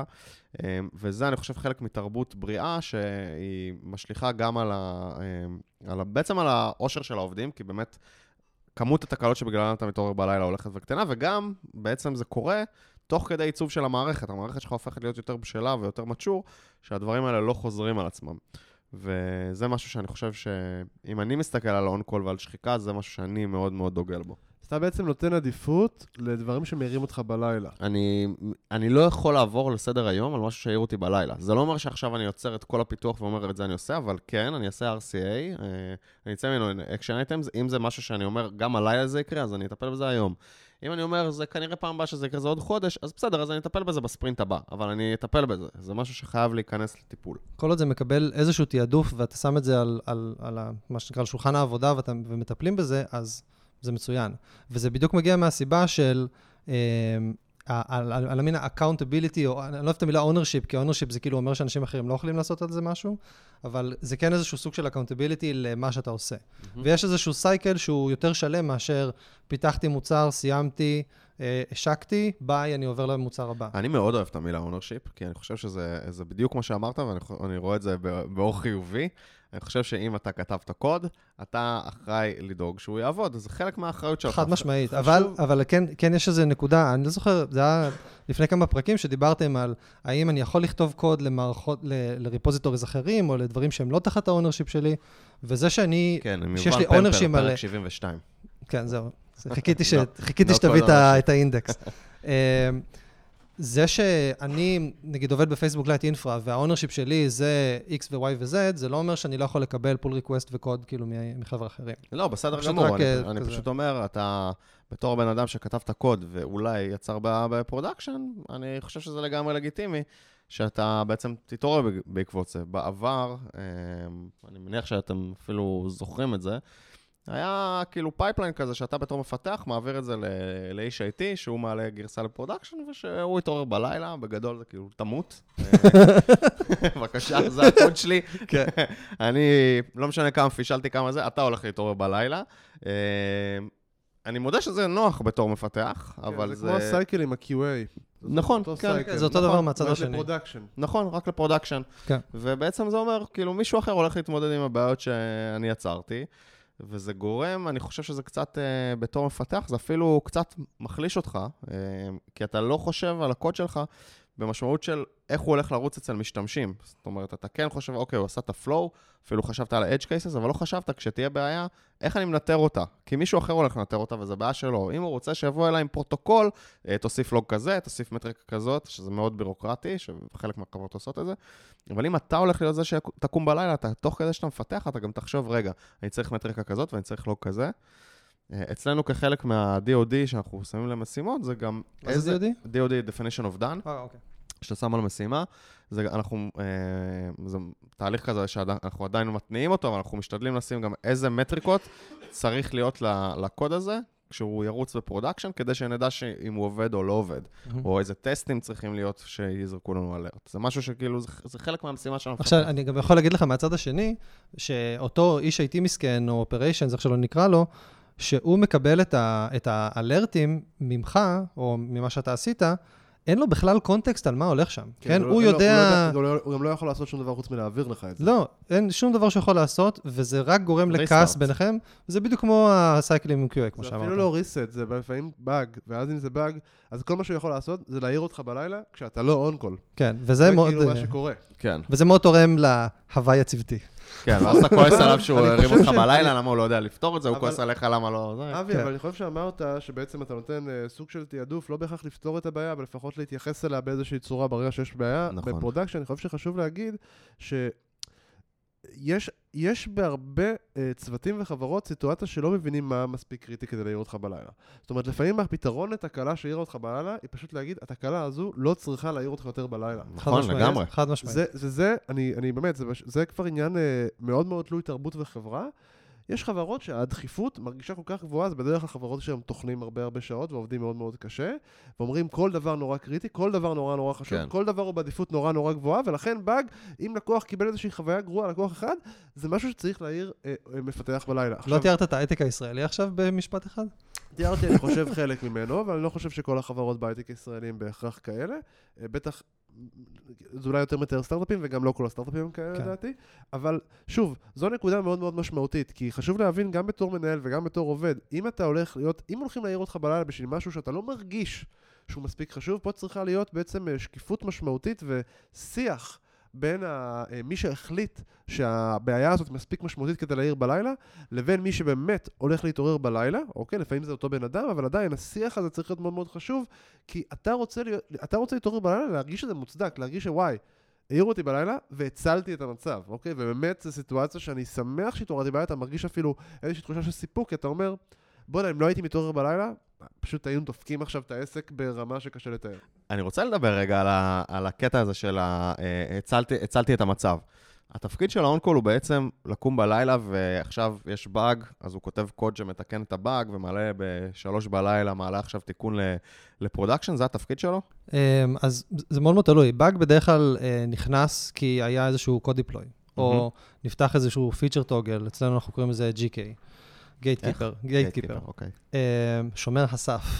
וזה אני חושב חלק מתרבות בריאה, שהיא משליחה גם על ה... על ה... בעצם על האושר של העובדים, כי באמת כמות התקלות שבגללן אתה מתעורר בלילה הולכת וקטנה, וגם בעצם זה קורה תוך כדי עיצוב של המערכת. המערכת שלך הופכת להיות יותר בשלה ויותר מצ'ור, שהדברים האלה לא חוזרים על עצמם. וזה משהו שאני חושב שאם אני מסתכל על און-קול ועל שחיקה, זה משהו שאני מאוד מאוד דוגל בו. אתה בעצם נותן עדיפות לדברים שמעירים אותך בלילה. אני, אני לא יכול לעבור לסדר היום על משהו שהעיר אותי בלילה. זה לא אומר שעכשיו אני יוצר את כל הפיתוח ואומר את זה אני עושה, אבל כן, אני אעשה אר סי איי, אני אצא ממנו אקשן אייטמס, אם זה משהו שאני אומר גם הלילה זה יקרה, אז אני אטפל בזה היום. אם אני אומר, זה כנראה פעם הבאה שזה יקרה, זה עוד חודש, אז בסדר, אז אני אטפל בזה בספרינט הבא, אבל אני אטפל בזה. זה משהו שחייב להיכנס לטיפול. כל עוד זה מקבל איזשהו תיעדוף, ואתה שם את זה על, על, על, על מה שנקרא, על שולחן העבודה, ואתה, ומטפלים בזה, אז זה מצוין. וזה בדיוק מגיע מהסיבה של, אה, על, על, על המין ה-accountability, או אני לא אוהב את המילה ownership, כי ownership זה כאילו אומר שאנשים אחרים לא יכולים לעשות על זה משהו, אבל זה כן איזשהו סוג של accountability למה שאתה עושה. Mm-hmm. ויש איזשהו סייקל שהוא יותר שלם מאשר פיתחתי מוצר, סיימתי, אה, השקתי, ביי, אני עובר למוצר הבא. אני מאוד אוהב את המילה ownership, כי אני חושב שזה זה בדיוק כמו שאמרת, ואני רואה את זה באור חיובי. אני חושב שאם אתה כתבת קוד, אתה אחראי לדאוג שהוא יעבוד, אז זה חלק מהאחריות שלך. חד משמעית, אבל, אבל כן, כן יש איזו נקודה, אני לא זוכר, זה היה לפני כמה פרקים שדיברתם על האם אני יכול לכתוב קוד למערכות, לריפוזיטוריז אחרים, או לדברים שהם לא תחת האונרשיפ שלי, וזה שאני, כן, שיש לי אונרשיפ מלא. פרק שבעים ושתיים. כן, זהו. חיכיתי שתביא את האינדקס. זה שאני, נגיד, עובד בפייסבוק לייט אינפרה, והאונרשיפ שלי זה X ו-Y ו-Z, זה לא אומר שאני לא יכול לקבל פול ריקווסט וקוד כאילו מחבר אחרים. לא, בסדר גמור, אני, אני פשוט אומר, אתה בתור בן אדם שכתב את הקוד ואולי יצר בפרודקשן, אני חושב שזה לגמרי לגיטימי, שאתה בעצם תתעורר בעקבות זה. בעבר, אני מניח שאתם אפילו זוכרים את זה, היה כאילו פייפליין כזה שאתה בתור מפתח מעביר את זה ל-איש איי טי, שהוא מעלה גרסה לפרודקשן, ושהוא יתעורר בלילה, בגדול זה כאילו תמות. בבקשה, זה הקוד שלי. אני, לא משנה כמה פישלתי כמה זה, אתה הולך להתעורר בלילה. אני מודה שזה נוח בתור מפתח, אבל זה... זה כמו הסייקל עם ה-קיו איי. נכון, כן, זה אותו דבר מהצד השני. נכון, רק לפרודקשן. ובעצם זה אומר, כאילו מישהו אחר הולך להתמודד עם הבעיות שאני יצרתי. וזה גורם, אני חושב שזה קצת, uh, בתור מפתח, זה אפילו קצת מחליש אותך, uh, כי אתה לא חושב על הקוד שלך במשמעות של איך הוא הולך לרוץ אצל משתמשים. זאת אומרת, אתה כן חושב, אוקיי, הוא עשה את הפלואו, אפילו חשבת על ה-edge cases, אבל לא חשבת, כשתהיה בעיה, איך אני מנטר אותה? כי מישהו אחר הולך לנטר אותה, וזה בעיה שלו. אם הוא רוצה שיבוא אליי עם פרוטוקול, תוסיף לוג כזה, תוסיף מטריקה כזאת, שזה מאוד בירוקרטי, שחלק מהחברות עושות את זה. אבל אם אתה הולך להיות זה שתקום בלילה, אתה, תוך כדי שאתה מפתח, אתה גם תחשוב, רגע, אני צריך מטריקה כזאת, ואני צריך לוג כזה. אצלנו כחלק מה-די או די שאנחנו שמים למשימות, זה גם... מה זה די או די? די או די, definition of done. אה, אוקיי. שאתה שם על משימה, זה, אנחנו, אה, זה תהליך כזה שאנחנו עדיין מתניעים אותו, אבל אנחנו משתדלים לשים גם איזה מטריקות צריך להיות לקוד הזה, כשהוא ירוץ בפרודקשן, כדי שנדע אם הוא עובד או לא עובד, mm-hmm. או איזה טסטים צריכים להיות שיזרקו לנו אלרט. זה משהו שכאילו, זה, זה חלק מהמשימה שלנו. עכשיו, אני גם יכול להגיד לך מהצד השני, שאותו איש איי טי מסכן, או אופריישן, זה עכשיו לא נקרא לו, שהוא מקבל את, ה, את האלרטים ממך, או ממה שאתה עשית, אין לו בכלל קונטקסט על מה הולך שם. כן, הוא יודע... הוא גם לא יכול לעשות שום דבר חוץ מלהעביר לך את זה. לא, אין שום דבר שיכול לעשות, וזה רק גורם לכעס ביניכם, וזה בדיוק כמו הסייקלים עם קיו איי, כמו שאמרת. זה אפילו לא ריסט, זה לפעמים באג, ואז אם זה באג, אז כל מה שהוא יכול לעשות זה להעיר אותך בלילה, כשאתה לא און-קול. כן, וזה מאוד... זה כאילו מה שקורה. כן. וזה מאוד תורם להוואי הצוותי. כן, ואז אתה כועס עליו שהוא הרים אותך בלילה, למה הוא לא יודע לפתור את זה, הוא כועס עליך למה לא... אבי, אבל אני חושב שאמרת שבעצם אתה נותן סוג של תיעדוף, לא בהכרח לפתור את הבעיה, אבל לפחות להתייחס אליה באיזושהי צורה ברגע שיש בעיה. בפרודקשן, אני חושב שחשוב להגיד ש... יש, יש בהרבה uh, צוותים וחברות סיטואציה שלא מבינים מה מספיק קריטי כדי להעיר אותך בלילה. זאת אומרת, לפעמים הפתרון לתקלה שהעירה אותך בלילה, היא פשוט להגיד, התקלה הזו לא צריכה להעיר אותך יותר בלילה. נכון, לגמרי. חד משמעית. זה, זה, זה, אני, אני באמת, זה, זה כבר עניין uh, מאוד מאוד תלוי תרבות וחברה. יש חברות שהדחיפות מרגישה כל כך גבוהה, זה בדרך כלל חברות שהם תוכנים הרבה הרבה שעות ועובדים מאוד מאוד קשה, ואומרים כל דבר נורא קריטי, כל דבר נורא נורא חשוב, כן. כל דבר הוא בעדיפות נורא נורא גבוהה, ולכן באג, אם לקוח קיבל איזושהי חוויה גרועה, לקוח אחד, זה משהו שצריך להעיר אה, אה, מפתח בלילה. לא עכשיו, תיארת את ההייטק הישראלי עכשיו במשפט אחד? תיארתי, אני חושב חלק ממנו, אבל אני לא חושב שכל החברות בהייטק ישראלים בהכרח כאלה. אה, בטח זה אולי יותר מתאר סטארט-אפים, וגם לא כל הסטארט-אפים הם כאלה, לדעתי. אבל שוב, זו נקודה מאוד מאוד משמעותית, כי חשוב להבין גם בתור מנהל וגם בתור עובד, אם אתה הולך להיות, אם הולכים להעיר אותך בלילה בשביל משהו שאתה לא מרגיש שהוא מספיק חשוב, פה צריכה להיות בעצם שקיפות משמעותית ושיח בין מי שהחליט שהבעיה הזאת מספיק משמעותית כדי להעיר בלילה, לבין מי שבאמת הולך להתעורר בלילה, אוקיי? לפעמים זה אותו בן אדם, אבל עדיין השיח הזה צריך להיות מאוד מאוד חשוב, כי אתה רוצה, אתה רוצה להתעורר בלילה, להרגיש שזה מוצדק, להרגיש שוואי, העירו אותי בלילה והצלתי את המצב, אוקיי? ובאמת זו סיטואציה שאני שמח שהתעוררתי בלילה, אתה מרגיש אפילו איזושהי תחושה של סיפוק, כי אתה אומר, בוא נה, אם לא הייתי מתעורר בלילה, פשוט היינו דופקים עכשיו את העסק ברמה שקשה לתאר. אני רוצה לדבר רגע על, ה, על הקטע הזה של ה, הצלתי, הצלתי את המצב. התפקיד של האונקול הוא בעצם לקום בלילה, ועכשיו יש באג, אז הוא כותב קוד שמתקן את הבאג, ומעלה בשלוש בלילה, מעלה עכשיו תיקון לפרודקשן, זה התפקיד שלו? אז זה מאוד מאוד תלוי. באג בדרך כלל נכנס כי היה איזשהו קוד דיפלוי, או נפתח איזשהו פיצ'ר טוגל, אצלנו אנחנו קוראים לזה ג'י קיי. גייטקיפר, גייטקיפר, שומר הסף.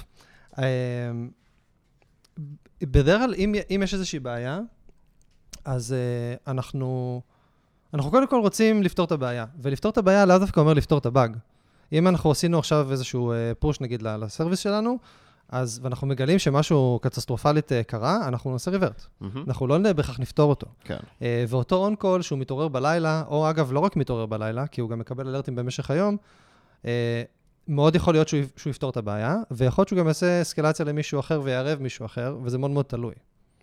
בדרך כלל, אם יש איזושהי בעיה, אז אנחנו, אנחנו קודם כל רוצים לפתור את הבעיה, ולפתור את הבעיה לאו דווקא אומר לפתור את הבאג. אם אנחנו עשינו עכשיו איזשהו פוש, נגיד, לסרוויס שלנו, אז, ואנחנו מגלים שמשהו קטסטרופלית קרה, אנחנו נעשה ריברט. אנחנו לא בכך נפתור אותו. ואותו און-קול שהוא מתעורר בלילה, או אגב, לא רק מתעורר בלילה, כי הוא גם מקבל אלרטים במשך היום, מאוד יכול להיות שהוא, שהוא יפתור את הבעיה, ויכול להיות שהוא גם יעשה אסקלציה למישהו אחר ויערב מישהו אחר, וזה מאוד מאוד תלוי.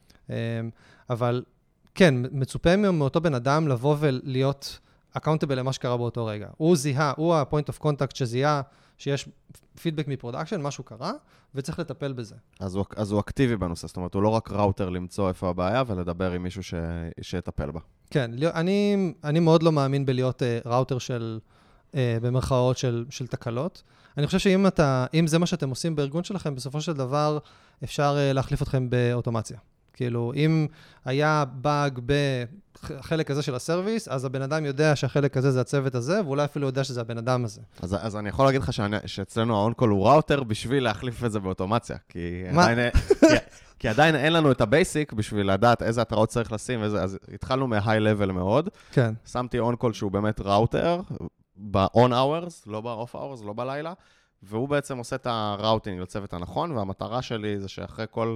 אבל כן, מצופה מאותו בן אדם לבוא ולהיות accountable למה שקרה באותו רגע. הוא זיהה, הוא ה-point of contact שזיהה שיש פידבק מפרודקשן, משהו קרה, וצריך לטפל בזה. אז הוא, אז הוא אקטיבי בנושא, זאת אומרת, הוא לא רק ראוטר למצוא איפה הבעיה, ולדבר עם מישהו ש... שיטפל בה. כן, אני, אני מאוד לא מאמין בלהיות uh, ראוטר של... במרכאות של, של תקלות. אני חושב שאם אתה, אם זה מה שאתם עושים בארגון שלכם, בסופו של דבר אפשר להחליף אתכם באוטומציה. כאילו, אם היה באג בחלק הזה של הסרוויס, אז הבן אדם יודע שהחלק הזה זה הצוות הזה, ואולי אפילו יודע שזה הבן אדם הזה. אז, אז אני יכול להגיד לך שאני, שאצלנו האונקול הוא ראוטר בשביל להחליף את זה באוטומציה, כי עדיין, כי, כי עדיין אין לנו את הבייסיק בשביל לדעת איזה התראות צריך לשים, איזה, אז התחלנו מה-high level מאוד. כן. שמתי אונקול שהוא באמת ראוטר, ב-on hours, לא ב-off hours, לא בלילה, והוא בעצם עושה את הראוטינג לצוות הנכון, והמטרה שלי זה שאחרי כל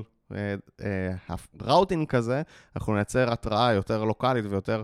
ראוטינג כזה, אנחנו נייצר התראה יותר לוקלית ויותר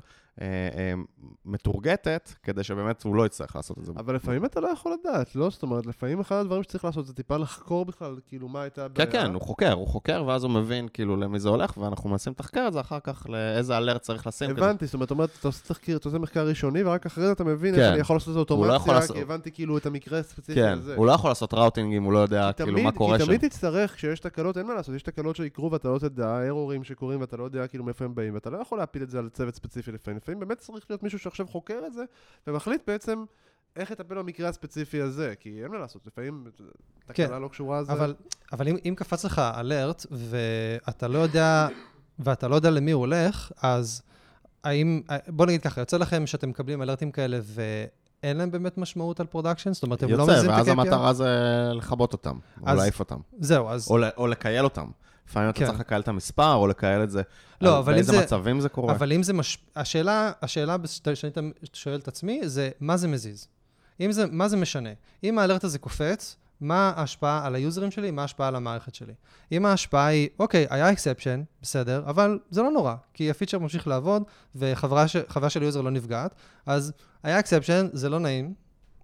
מתורגטת, כדי שבאמת הוא לא יצטרך לעשות את זה. אבל לפעמים אתה לא יכול לדעת, לא? זאת אומרת, לפעמים אחד הדברים שצריך לעשות זה טיפה לחקור בכלל, כאילו, מה הייתה הבעיה. כן, כן, הוא חוקר, הוא חוקר, ואז הוא מבין, כאילו, למי זה הולך, ואנחנו מנסים לתחקר את זה אחר כך, לאיזה אלרט צריך לשים. הבנתי, זאת אומרת, אתה עושה תחקיר, אתה עושה מחקר ראשוני, ורק אחרי זה אתה מבין איך אני יכול לעשות את האוטומציה, כי הבנתי כאילו את המקרה הספציפי הזה. כן, הוא לא יכול לעשות ראוטינג אם הוא לא יודע כאילו מה קורה שם. כי תמיד תצטרך, כשיש תקלות, אין מה לעשות, יש תקלות שיקרו ואתה לא תדע, ארורים שקורים ואתה לא יודע כאילו מאיפה הם באים, ואתה לא יכול להפיל את זה על צוות ספציפי לפעמים. לפעמים באמת צריך להיות מישהו שעכשיו חוקר את זה, ומחליט בעצם איך לטפל במקרה הספציפי הזה, כי אין מה לעשות, לפעמים תקלה לא קשורה על זה. אבל, אבל אם, אם קפץ לך אלרט, ואתה לא יודע, ואתה לא יודע למי הוא הולך, אז האם, בוא נגיד ככה, יוצא לכם שאתם מקבלים אלרטים כאלה, ואין להם באמת משמעות על פרודקשן? זאת אומרת, הם לא מזים את ה-קיי פי איי? יוצא, ואז המטרה זה לכבות אותם, או להעיף אותם. זהו, אז... או, או לקייל אותם. לפעמים אתה צריך לקייל את המספר, או לקייל את זה. לא, אבל באיזה מצבים זה קורה? אבל אם זה מש... השאלה, השאלה שאני שואל את עצמי, זה מה זה מזיז? אם זה, מה זה משנה? אם האלרט הזה קופץ, מה ההשפעה על היוזרים שלי, מה ההשפעה על המערכת שלי? אם ההשפעה היא, אוקיי, היה אקספשן, בסדר, אבל זה לא נורא, כי הפיצ'ר ממשיך לעבוד, וחברה ש... חוויה של היוזר לא נפגעת, אז היה אקספשן, זה לא נעים,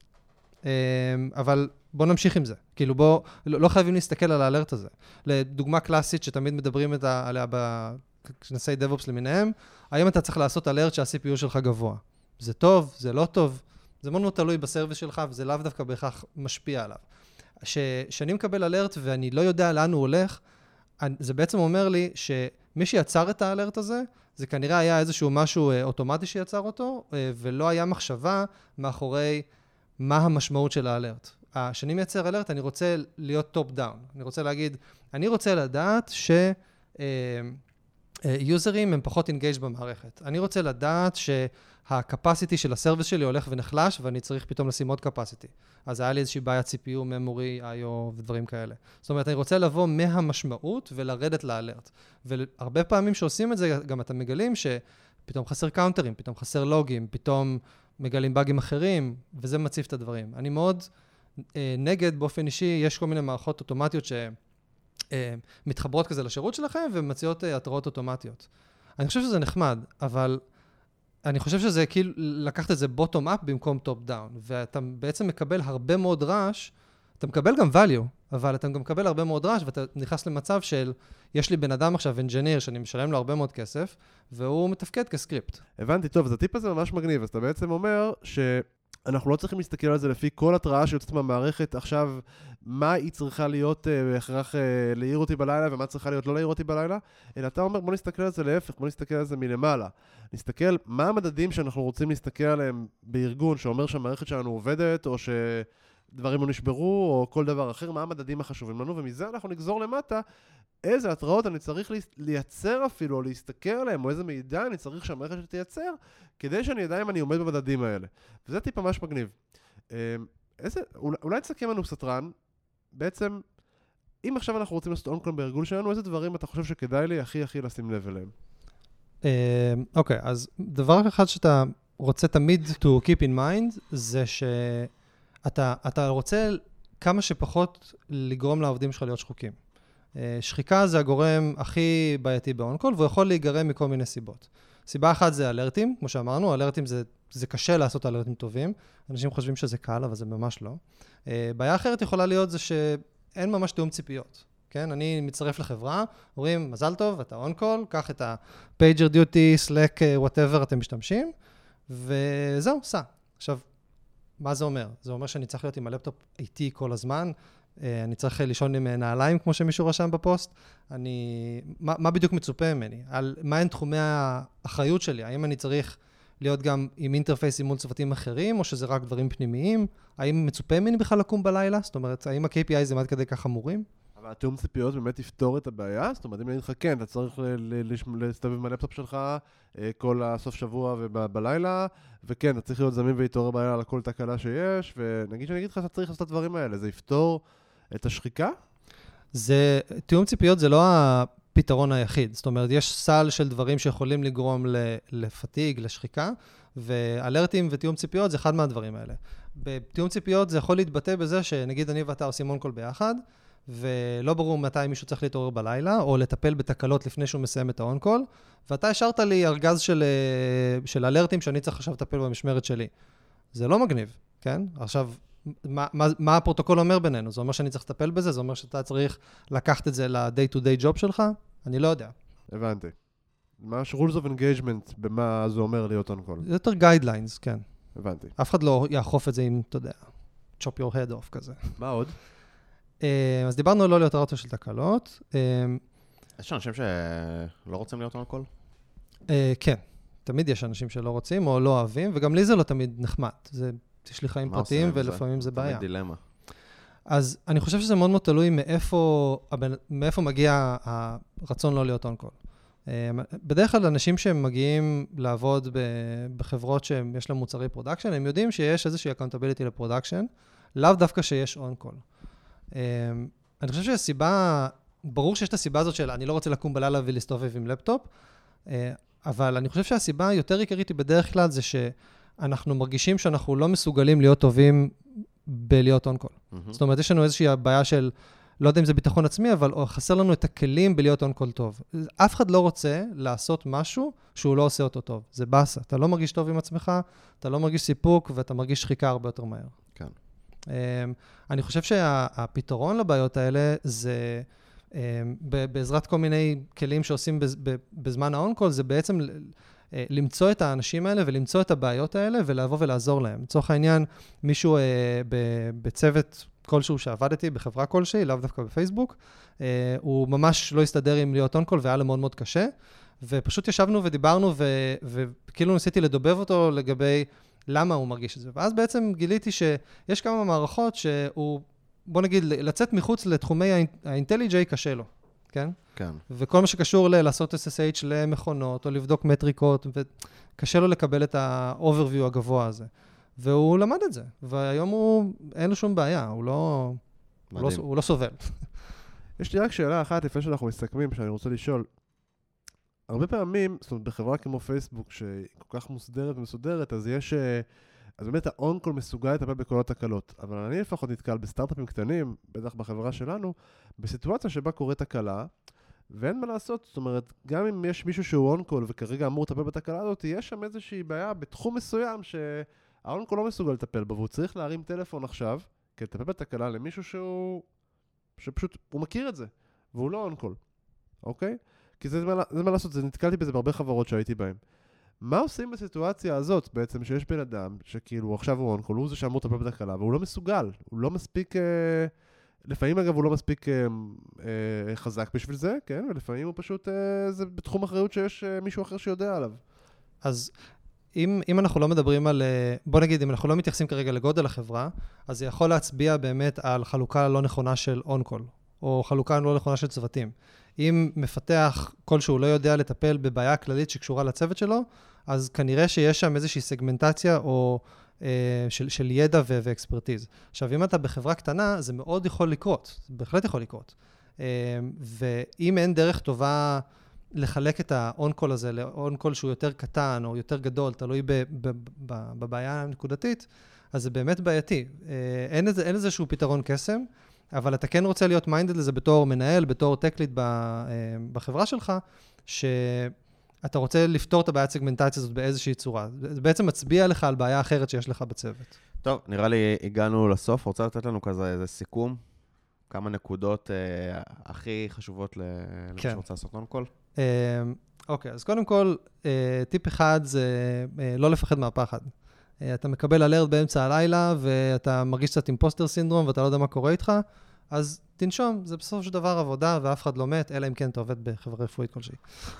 אבל בוא נמשיך עם זה. כאילו בוא, לא, לא חייבים להסתכל על האלרט הזה. לדוגמה קלאסית שתמיד מדברים עליה בכנסי DevOps למיניהם, האם אתה צריך לעשות אלרט שה-סי פי יו שלך גבוה? זה טוב, זה לא טוב, זה מאוד מאוד תלוי בסרוויס שלך, וזה לאו דווקא בהכרח משפיע עליו. כשאני מקבל אלרט ואני לא יודע לאן הוא הולך, זה בעצם אומר לי שמי שיצר את האלרט הזה, זה כנראה היה איזשהו משהו אוטומטי שיצר אותו, ולא היה מחשבה מאחורי מה המשמעות של האלרט. כשאני מייצר אלרט, אני רוצה להיות טופ דאון. אני רוצה להגיד, אני רוצה לדעת שיוזרים הם פחות אינגייג' במערכת. אני רוצה לדעת שהקפסיטי של הסרוויס שלי הולך ונחלש, ואני צריך פתאום לשים עוד קפסיטי. אז היה לי איזושהי בעיה סי פי יו, ממורי, איי או ודברים כאלה. זאת אומרת, אני רוצה לבוא מהמשמעות ולרדת לאלרט. והרבה פעמים שעושים את זה, גם אתם מגלים שפתאום חסר קאונטרים, פתאום חסר לוגים, פתאום מגלים באגים אחרים, וזה מציף את הדברים. אני מאוד אה, נגד, באופן אישי, יש כל מיני מערכות אוטומטיות שמתחברות אה, כזה לשירות שלכם, ומציעות אה, התראות אוטומטיות. אני חושב שזה נחמד, אבל אני חושב שזה כאילו לקחת את זה בוטום אפ במקום טופ דאון, ואתה בעצם מקבל הרבה מאוד רעש, אתה מקבל גם value, אבל אתה גם מקבל הרבה מאוד רעש, ואתה נכנס למצב של, יש לי בן אדם עכשיו, אנג'יניר, שאני משלם לו הרבה מאוד כסף, והוא מתפקד כסקריפט. הבנתי, טוב, אז הטיפ הזה ממש מגניב, אז אתה בעצם אומר שאנחנו לא צריכים להסתכל על זה לפי כל התראה שיוצאת מהמערכת, עכשיו, מה היא צריכה להיות בהכרח להעיר אותי בלילה, ומה צריכה להיות לא להעיר אותי בלילה, אלא אתה אומר, בוא נסתכל על זה להפך, בוא נסתכל על זה מלמעלה. נסתכל מה המדדים שאנחנו רוצים להסתכל עליהם בארגון, שאומר שהמערכת שלנו עובדת, או שדברים לא נשברו, או כל דבר אחר, מה המדדים החשובים לנו, ומזה אנחנו נגזור למטה, איזה התראות אני צריך לייצר אפילו, או להסתכל עליהם, או איזה מידע אני צריך שהמערכת שתייצר, כדי שאני אדע אם אני עומד במדדים האלה. וזה טיפ ממש מגניב. איזה, אולי תסכם לנו קצת רן, בעצם, אם עכשיו אנחנו רוצים לעשות און-קול בארגון שלנו, איזה דברים אתה חושב שכדאי לי הכי הכי לשים לב אליהם? אוקיי, אז דבר אחד שאתה רוצה תמיד to keep in mind, זה שאתה אתה רוצה כמה שפחות לגרום לעובדים שלך להיות שחוקים. שחיקה זה הגורם הכי בעייתי באון-קול, והוא יכול להיגרם מכל מיני סיבות. סיבה אחת זה אלרטים, כמו שאמרנו, אלרטים זה, זה קשה לעשות אלרטים טובים. אנשים חושבים שזה קל, אבל זה ממש לא. בעיה אחרת יכולה להיות זה שאין ממש תיאום ציפיות. כן? אני מצטרף לחברה, אומרים, מזל טוב, אתה און-קול, קח את ה-pager duty, slack, whatever אתם משתמשים, וזהו, סע. עכשיו, מה זה אומר? זה אומר שאני צריך להיות עם הלפטופ איתי כל הזמן, אני צריך לישון עם נעליים, כמו שמישהו רשם בפוסט. אני, מה, מה בדיוק מצופה ממני? על מה הן תחומי האחריות שלי? האם אני צריך להיות גם עם אינטרפייסים מול צוותים אחרים, או שזה רק דברים פנימיים? האם מצופה ממני בכלל לקום בלילה? זאת אומרת, האם ה-קיי פי איי זה עד כדי כך חמורים? אבל התיאום ציפיות באמת יפתור את הבעיה? זאת אומרת, אם אני לך כן, אתה צריך להסתובב עם הלפטופ שלך כל הסוף שבוע ובלילה, וכן, אתה צריך להיות זמין ולהתעורר בלילה על כל תקלה שיש, ונגיד שאני אגיד לך שאתה צריך לעשות את הדברים האלה, זה יפתור את השחיקה? זה, תיאום ציפיות זה לא הפתרון היחיד. זאת אומרת, יש סל של דברים שיכולים לגרום לפתיג, לשחיקה, ואלרטים ותיאום ציפיות זה אחד מהדברים האלה. בתיאום ציפיות זה יכול להתבטא בזה שנגיד אני ואתה עושים און-קול ביחד, ולא ברור מתי מישהו צריך להתעורר בלילה, או לטפל בתקלות לפני שהוא מסיים את האון-קול, ואתה השארת לי ארגז של, של אלרטים שאני צריך עכשיו לטפל במשמרת שלי. זה לא מגניב, כן? עכשיו, מה, מה, מה הפרוטוקול אומר בינינו? זה אומר שאני צריך לטפל בזה? זה אומר שאתה צריך לקחת את זה ל-day to day job שלך? אני לא יודע. הבנתי. מה rules of engagement, במה זה אומר להיות on-call? זה יותר guidelines, כן. הבנתי. אף אחד לא יאכוף את זה עם, אתה יודע, chop your head off כזה. מה עוד? אז דיברנו על לא להיות אוטו של תקלות. יש אנשים שלא רוצים להיות on-call? כן. תמיד יש אנשים שלא רוצים או לא אוהבים, וגם לי זה לא תמיד נחמד. זה, יש לי חיים פרטיים ולפעמים זה בעיה. תמיד דילמה. אז אני חושב שזה מאוד מאוד תלוי מאיפה, מאיפה מגיע הרצון לא להיות on-call. בדרך כלל אנשים שהם מגיעים לעבוד בחברות שיש להם מוצרי פרודקשן, הם יודעים שיש איזושהי accountability לפרודקשן, לאו דווקא שיש on-call. אני חושב שהסיבה, ברור שיש את הסיבה הזאת של אני לא רוצה לקום בלילה ולהסתובב עם לפטופ, אבל אני חושב שהסיבה היותר עיקרית היא בדרך כלל זה שאנחנו מרגישים שאנחנו לא מסוגלים להיות טובים בלהיות on-call. Mm-hmm. זאת אומרת, יש לנו איזושהי בעיה של, לא יודע אם זה ביטחון עצמי, אבל חסר לנו את הכלים בלהיות on-call טוב. אף אחד לא רוצה לעשות משהו שהוא לא עושה אותו טוב. זה בסה. אתה לא מרגיש טוב עם עצמך, אתה לא מרגיש סיפוק, ואתה מרגיש שחיקה הרבה יותר מהר. כן. אני חושב שהפתרון לבעיות האלה זה, בעזרת כל מיני כלים שעושים בזמן ה-on-call, זה בעצם למצוא את האנשים האלה ולמצוא את הבעיות האלה ולבוא ולעזור להם. לצורך העניין, מישהו בצוות כלשהו שעבדתי בחברה כלשהי, לאו דווקא בפייסבוק, הוא ממש לא הסתדר עם להיות און-קול והיה לו מאוד מאוד קשה, ופשוט ישבנו ודיברנו וכאילו ניסיתי לדובב אותו לגבי למה הוא מרגיש את זה. ואז בעצם גיליתי שיש כמה מערכות שהוא, בוא נגיד, לצאת מחוץ לתחומי האינטליג'יי קשה לו, כן? כן. וכל מה שקשור לעשות אס אס אייץ' למכונות או לבדוק מטריקות, וקשה לו לקבל את ה-overview הגבוה הזה. והוא למד את זה, והיום הוא, אין לו שום בעיה, הוא לא, הוא לא, הוא לא סובל. יש לי רק שאלה אחת לפני שאנחנו מסתכמים, שאני רוצה לשאול. הרבה פעמים, זאת אומרת, בחברה כמו פייסבוק, שהיא כל כך מוסדרת ומסודרת, אז יש, אז באמת האון-קול מסוגל לטפל בכל התקלות. אבל אני לפחות נתקל בסטארט-אפים קטנים, בטח בחברה שלנו, בסיטואציה שבה קורית תקלה, ואין מה לעשות, זאת אומרת, גם אם יש מישהו שהוא און-קול וכרגע אמור לטפל בתקלה הזאת, יש שם איזושהי בעיה בתחום מסוים שהאון-קול לא מסוגל לטפל בו, והוא צריך להרים טלפון עכשיו, כדי לטפל בתקלה למישהו שהוא, שפשוט, הוא מכיר את זה, והוא לא און-קול, אוקיי? כי זה, זה מה לעשות, זה נתקלתי בזה בהרבה חברות שהייתי בהן. מה עושים בסיטואציה הזאת בעצם שיש בן אדם שכאילו עכשיו הוא און-קול, הוא זה שאמור לטפל בתקלה, והוא לא מסוגל, הוא לא מספיק, אה, לפעמים אגב הוא לא מספיק אה, אה, חזק בשביל זה, כן? ולפעמים הוא פשוט, אה, זה בתחום אחריות שיש אה, מישהו אחר שיודע עליו. אז אם, אם אנחנו לא מדברים על, בוא נגיד, אם אנחנו לא מתייחסים כרגע לגודל החברה, אז זה יכול להצביע באמת על חלוקה לא נכונה של און-קול, או חלוקה לא נכונה של צוותים. אם מפתח כלשהו לא יודע לטפל בבעיה כללית שקשורה לצוות שלו, אז כנראה שיש שם איזושהי סגמנטציה או אה, של, של ידע ו- ואקספרטיז. עכשיו, אם אתה בחברה קטנה, זה מאוד יכול לקרות, זה בהחלט יכול לקרות. אה, ואם אין דרך טובה לחלק את האון-קול הזה לאון-קול שהוא יותר קטן או יותר גדול, תלוי ב- ב- ב- בבעיה הנקודתית, אז זה באמת בעייתי. אה, אין, איזה, אין איזשהו פתרון קסם, אבל אתה כן רוצה להיות מיינדד לזה בתור מנהל, בתור טק-ליד בחברה שלך, שאתה רוצה לפתור את הבעיית סגמנטציה הזאת באיזושהי צורה. זה בעצם מצביע לך על בעיה אחרת שיש לך בצוות. טוב, נראה לי הגענו לסוף. רוצה לתת לנו כזה איזה סיכום? כמה נקודות אה, הכי חשובות למי כן. שרוצה לעשות און-קול? אה, אוקיי, אז קודם כל, אה, טיפ אחד זה אה, לא לפחד מהפחד. אתה מקבל אלרט באמצע הלילה, ואתה מרגיש קצת אימפוסטר סינדרום, ואתה לא יודע מה קורה איתך, אז תנשום, זה בסוף של דבר עבודה, ואף אחד לא מת, אלא אם כן אתה עובד בחברה רפואית כלשהי.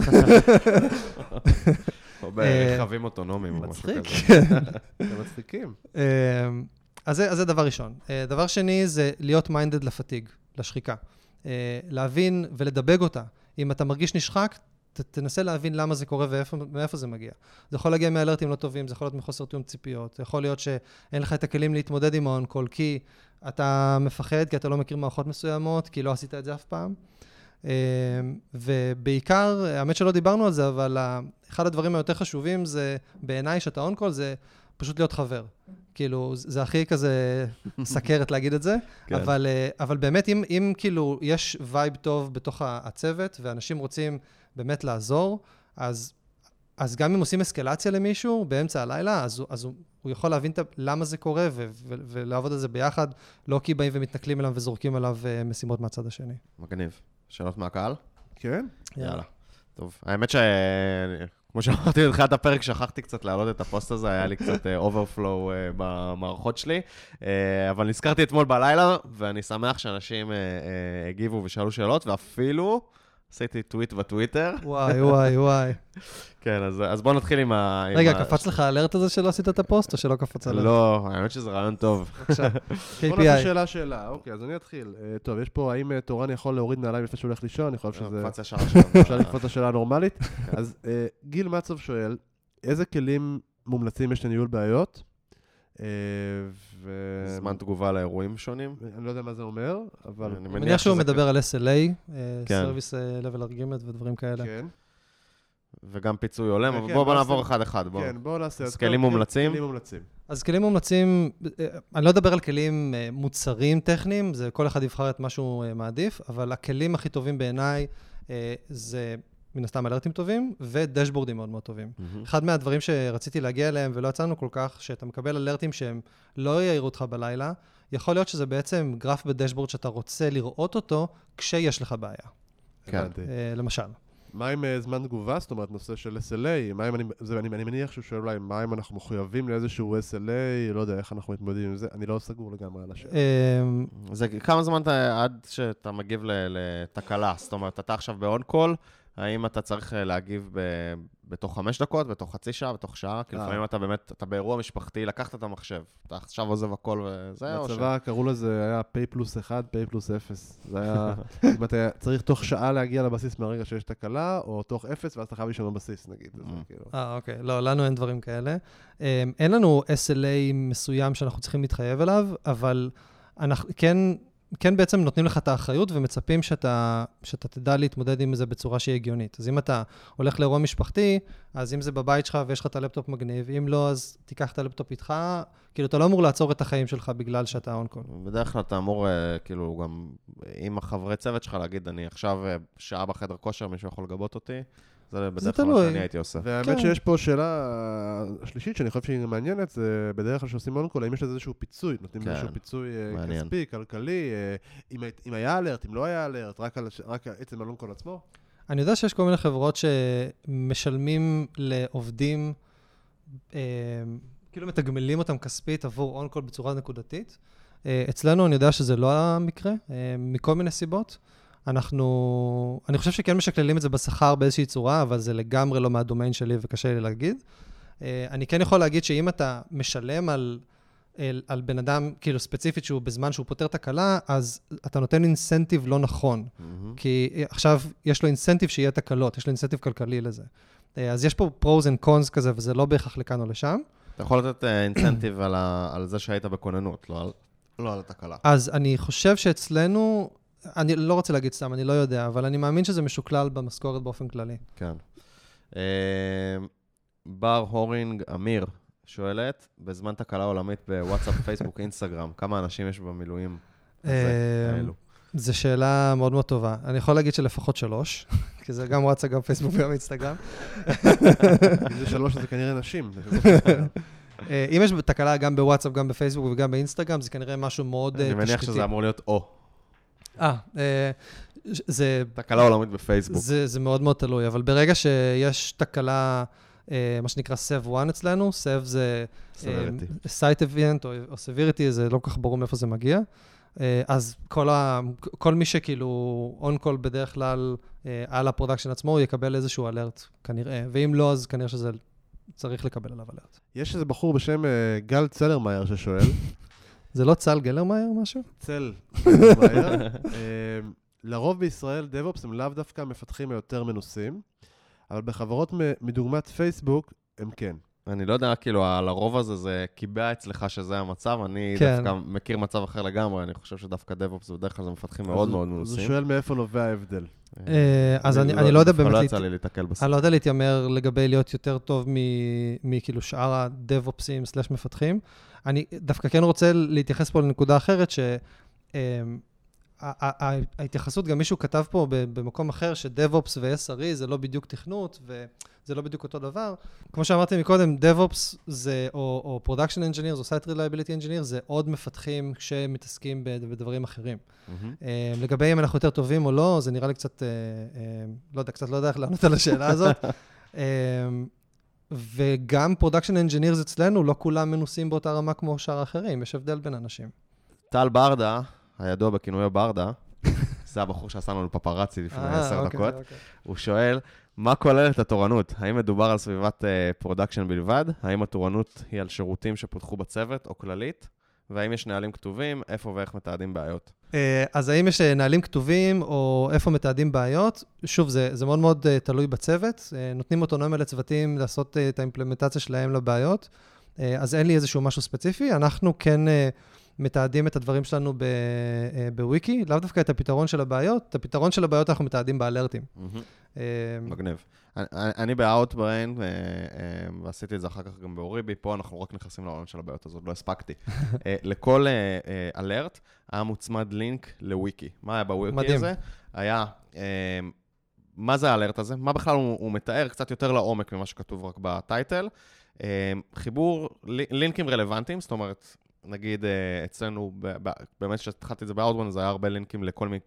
או ברכבים אוטונומיים או משהו כזה. מצחיק. הם מצחיקים. אז זה דבר ראשון. דבר שני זה להיות מיינדד לפתיג, לשחיקה. להבין ולדבג אותה. אם אתה מרגיש נשחק, תנסה להבין למה זה קורה ומאיפה זה מגיע. זה יכול להגיע מאלרטים לא טובים, זה יכול להיות מחוסר תיאום ציפיות, זה יכול להיות שאין לך את הכלים להתמודד עם האון-קול, כי אתה מפחד, כי אתה לא מכיר מערכות מסוימות, כי לא עשית את זה אף פעם. ובעיקר, האמת שלא דיברנו על זה, אבל אחד הדברים היותר חשובים זה, בעיניי שאתה און-קול, זה פשוט להיות חבר. כאילו, זה הכי כזה סכרת להגיד את זה, אבל, אבל באמת, אם, אם כאילו יש וייב טוב בתוך הצוות, ואנשים רוצים באמת לעזור, אז, אז גם אם עושים אסקלציה למישהו באמצע הלילה, אז, אז הוא, הוא יכול להבין למה זה קורה, ו, ו, ולעבוד על זה ביחד, לא כי באים ומתנכלים אליו וזורקים עליו משימות מהצד השני. מגניב. שאלות מהקהל? כן. יאללה. טוב, האמת ש... כמו שאמרתי בתחילת הפרק, שכחתי קצת להעלות את הפוסט הזה, היה לי קצת אוברפלואו במערכות שלי, אבל נזכרתי אתמול בלילה, ואני שמח שאנשים הגיבו ושאלו שאלות, ואפילו עשיתי טוויט בטוויטר. וואי, וואי, וואי. כן, אז, אז בואו נתחיל עם ה... רגע, עם קפץ ה... לך האלרט הזה שלא עשית את הפוסט, או שלא קפץ עליו? לא, האמת שזה רעיון טוב. בבקשה, קיי בוא פי איי. נעשה שאלה שאלה, אוקיי, אז אני אתחיל. Uh, טוב, יש פה, האם uh, תורן יכול להוריד נעליים לפני שהוא הולך לישון? אני חושב שזה... קפץ ישר עכשיו. אפשר לקפוץ לשאלה הנורמלית. אז uh, גיל מצוב שואל, איזה כלים מומלצים יש לניהול בעיות? Uh, ו... זמן תגובה לאירועים שונים. אני לא יודע מה זה אומר, אבל... אני מניח שהוא מדבר על אס אל איי, Service Level Agreement ודברים כאלה. כן. וגם פיצוי עולם, אבל כן, בואו נעשה- נעבור אחד-אחד. בואו. כן, בואו נעשה... אז כלים מומלצים? כלים מומלצים. אז כלים מומלצים, אני לא אדבר על כלים אה, מוצרים טכניים, זה כל אחד יבחר את מה שהוא אה, מעדיף, אבל הכלים הכי טובים בעיניי אה, זה מן הסתם אלרטים טובים ודשבורדים מאוד מאוד טובים. מהמם. אחד מהדברים שרציתי להגיע אליהם ולא יצאנו כל כך, שאתה מקבל אלרטים שהם לא יעירו אותך בלילה, יכול להיות שזה בעצם גרף בדשבורד שאתה רוצה לראות אותו כשיש לך בעיה. כן. הבנתי. אה, למשל. מה עם uh, זמן תגובה? זאת אומרת, נושא של אס אל איי, מה אם אני, זה, אני, אני מניח שהוא שואל אולי, מה אם אנחנו מחויבים לאיזשהו אס אל איי, לא יודע איך אנחנו מתמודדים עם זה, אני לא סגור לגמרי על השאלה. זה כמה זמן אתה, עד שאתה מגיב לתקלה, זאת אומרת, אתה עכשיו באון-קול, האם אתה צריך להגיב ב, בתוך חמש דקות, בתוך חצי שעה, בתוך שעה? כי לפעמים אתה באמת, אתה באירוע משפחתי, לקחת את המחשב, אתה עכשיו עוזב הכל וזה, או ש... בצבא קראו לזה, היה פי פלוס אחד, פי פלוס אפס. זה היה, אם אתה צריך תוך שעה להגיע לבסיס מהרגע שיש תקלה, או תוך אפס, ואז אתה חייב לישון בבסיס, נגיד. אה, אוקיי. לא, לנו אין דברים כאלה. אין לנו אס אל איי מסוים שאנחנו צריכים להתחייב אליו, אבל אנחנו כן... כן בעצם נותנים לך את האחריות ומצפים שאתה, שאתה תדע להתמודד עם זה בצורה שהיא הגיונית. אז אם אתה הולך לאירוע משפחתי, אז אם זה בבית שלך ויש לך את הלפטופ מגניב, אם לא, אז תיקח את הלפטופ איתך, כאילו אתה לא אמור לעצור את החיים שלך בגלל שאתה און-קול. בדרך כלל אתה אמור, כאילו, גם עם החברי צוות שלך להגיד, אני עכשיו שעה בחדר כושר, מישהו יכול לגבות אותי. זה בדרך כלל מה שאני הייתי עושה. והאמת שיש פה שאלה שלישית, שאני חושב שהיא מעניינת, זה בדרך כלל שעושים און-קול, האם יש לזה איזשהו פיצוי, נותנים איזשהו פיצוי כספי, כלכלי, אם היה אלרט, אם לא היה אלרט, רק עצם האון-קול עצמו? אני יודע שיש כל מיני חברות שמשלמים לעובדים, כאילו מתגמלים אותם כספית עבור און-קול בצורה נקודתית. אצלנו אני יודע שזה לא המקרה, מכל מיני סיבות. אנחנו, אני חושב שכן משקללים את זה בשכר באיזושהי צורה, אבל זה לגמרי לא מהדומיין שלי וקשה לי להגיד. אני כן יכול להגיד שאם אתה משלם על, על בן אדם כאילו ספציפית שהוא בזמן שהוא פותר תקלה, אז אתה נותן אינסנטיב לא נכון. Mm-hmm. כי עכשיו יש לו אינסנטיב שיהיה תקלות, יש לו אינסנטיב כלכלי לזה. אז יש פה pros and cons כזה, וזה לא בהכרח לכאן או לשם. אתה יכול לתת אינסנטיב על, על זה שהיית בכוננות, לא על, לא על התקלה. אז אני חושב שאצלנו... אני לא רוצה להגיד סתם, אני לא יודע, אבל אני מאמין שזה משוקלל במשכורת באופן כללי. כן. בר הורינג אמיר שואלת, בזמן תקלה עולמית בוואטסאפ, פייסבוק, אינסטגרם, כמה אנשים יש במילואים? זו שאלה מאוד מאוד טובה. אני יכול להגיד שלפחות שלוש, כי זה גם וואטסאפ, גם פייסבוק וגם אינסטגרם. אם זה שלוש, זה כנראה נשים. אם יש תקלה גם בוואטסאפ, גם בפייסבוק וגם באינסטגרם, זה כנראה משהו מאוד תשתיתי. אני מניח שזה אמור להיות או. אה, זה... תקלה עולמית בפייסבוק. זה, זה מאוד מאוד תלוי, אבל ברגע שיש תקלה, מה שנקרא Sev one אצלנו, Sev זה... Severity. Site Event או, או Severity, זה לא כל כך ברור מאיפה זה מגיע. אז כל, ה, כל מי שכאילו on-call בדרך כלל על הפרודקשן עצמו, הוא יקבל איזשהו אלרט, כנראה. ואם לא, אז כנראה שזה צריך לקבל עליו אלרט. יש איזה בחור בשם גל צלרמייר ששואל, זה לא צל גלרמייר משהו? צל גלרמייר. לרוב בישראל DevOps הם לאו דווקא מפתחים יותר מנוסים, אבל בחברות מדוגמת פייסבוק הם כן. אני לא יודע, כאילו, לרוב הזה זה קיבע אצלך שזה המצב, אני דווקא מכיר מצב אחר לגמרי, אני חושב שדווקא DevOps בדרך כלל זה מפתחים מאוד מאוד מנוסים. אז הוא שואל מאיפה נובע ההבדל. אז אני לא יודע באמת... לא יצא לי להתקל בסוף. אני לא יודע להתיימר לגבי להיות יותר טוב מכאילו שאר ה-DevOpsים סלש מפתחים. אני דווקא כן רוצה להתייחס פה לנקודה אחרת, שההתייחסות, גם מישהו כתב פה במקום אחר, ש-DevOps ו-אס אר אי זה לא בדיוק תכנות, וזה לא בדיוק אותו דבר. כמו שאמרתי מקודם, DevOps זה, או, או Production Engineers, או Site Reliability Engineers, זה עוד מפתחים שמתעסקים בדברים אחרים. Mm-hmm. לגבי אם אנחנו יותר טובים או לא, זה נראה לי קצת, לא יודע, קצת לא יודע איך לענות על השאלה הזאת. וגם Production Engineers אצלנו, לא כולם מנוסים באותה רמה כמו שאר האחרים, יש הבדל בין אנשים. טל ברדה, הידוע בכינוי ברדה, זה הבחור שעשה לנו פפרצי לפני עשר דקות, הוא שואל, מה כולל את התורנות? האם מדובר על סביבת פרודקשן בלבד? האם התורנות היא על שירותים שפותחו בצוות או כללית? והאם יש נהלים כתובים? איפה ואיך מתעדים בעיות? אז האם יש נהלים כתובים או איפה מתעדים בעיות? שוב, זה, זה מאוד מאוד תלוי בצוות. נותנים אוטונומיה לצוותים לעשות את האימפלמנטציה שלהם לבעיות. אז אין לי איזשהו משהו ספציפי. אנחנו כן מתעדים את הדברים שלנו בוויקי, לאו דווקא את הפתרון של הבעיות. את הפתרון של הבעיות אנחנו מתעדים באלרטים. מגניב. אני ב-Outbrain, ועשיתי את זה אחר כך גם באוריבי, פה אנחנו רק נכנסים לעולם של הבעיות הזאת, לא הספקתי. לכל אלרט היה מוצמד לינק לוויקי. מה היה בוויקי הזה? היה, מה זה האלרט הזה? מה בכלל הוא מתאר קצת יותר לעומק ממה שכתוב רק בטייטל. חיבור לינקים רלוונטיים, זאת אומרת, נגיד אצלנו, באמת שהתחלתי את זה ב-Outbrain, זה היה הרבה לינקים לכל מיני קיואים.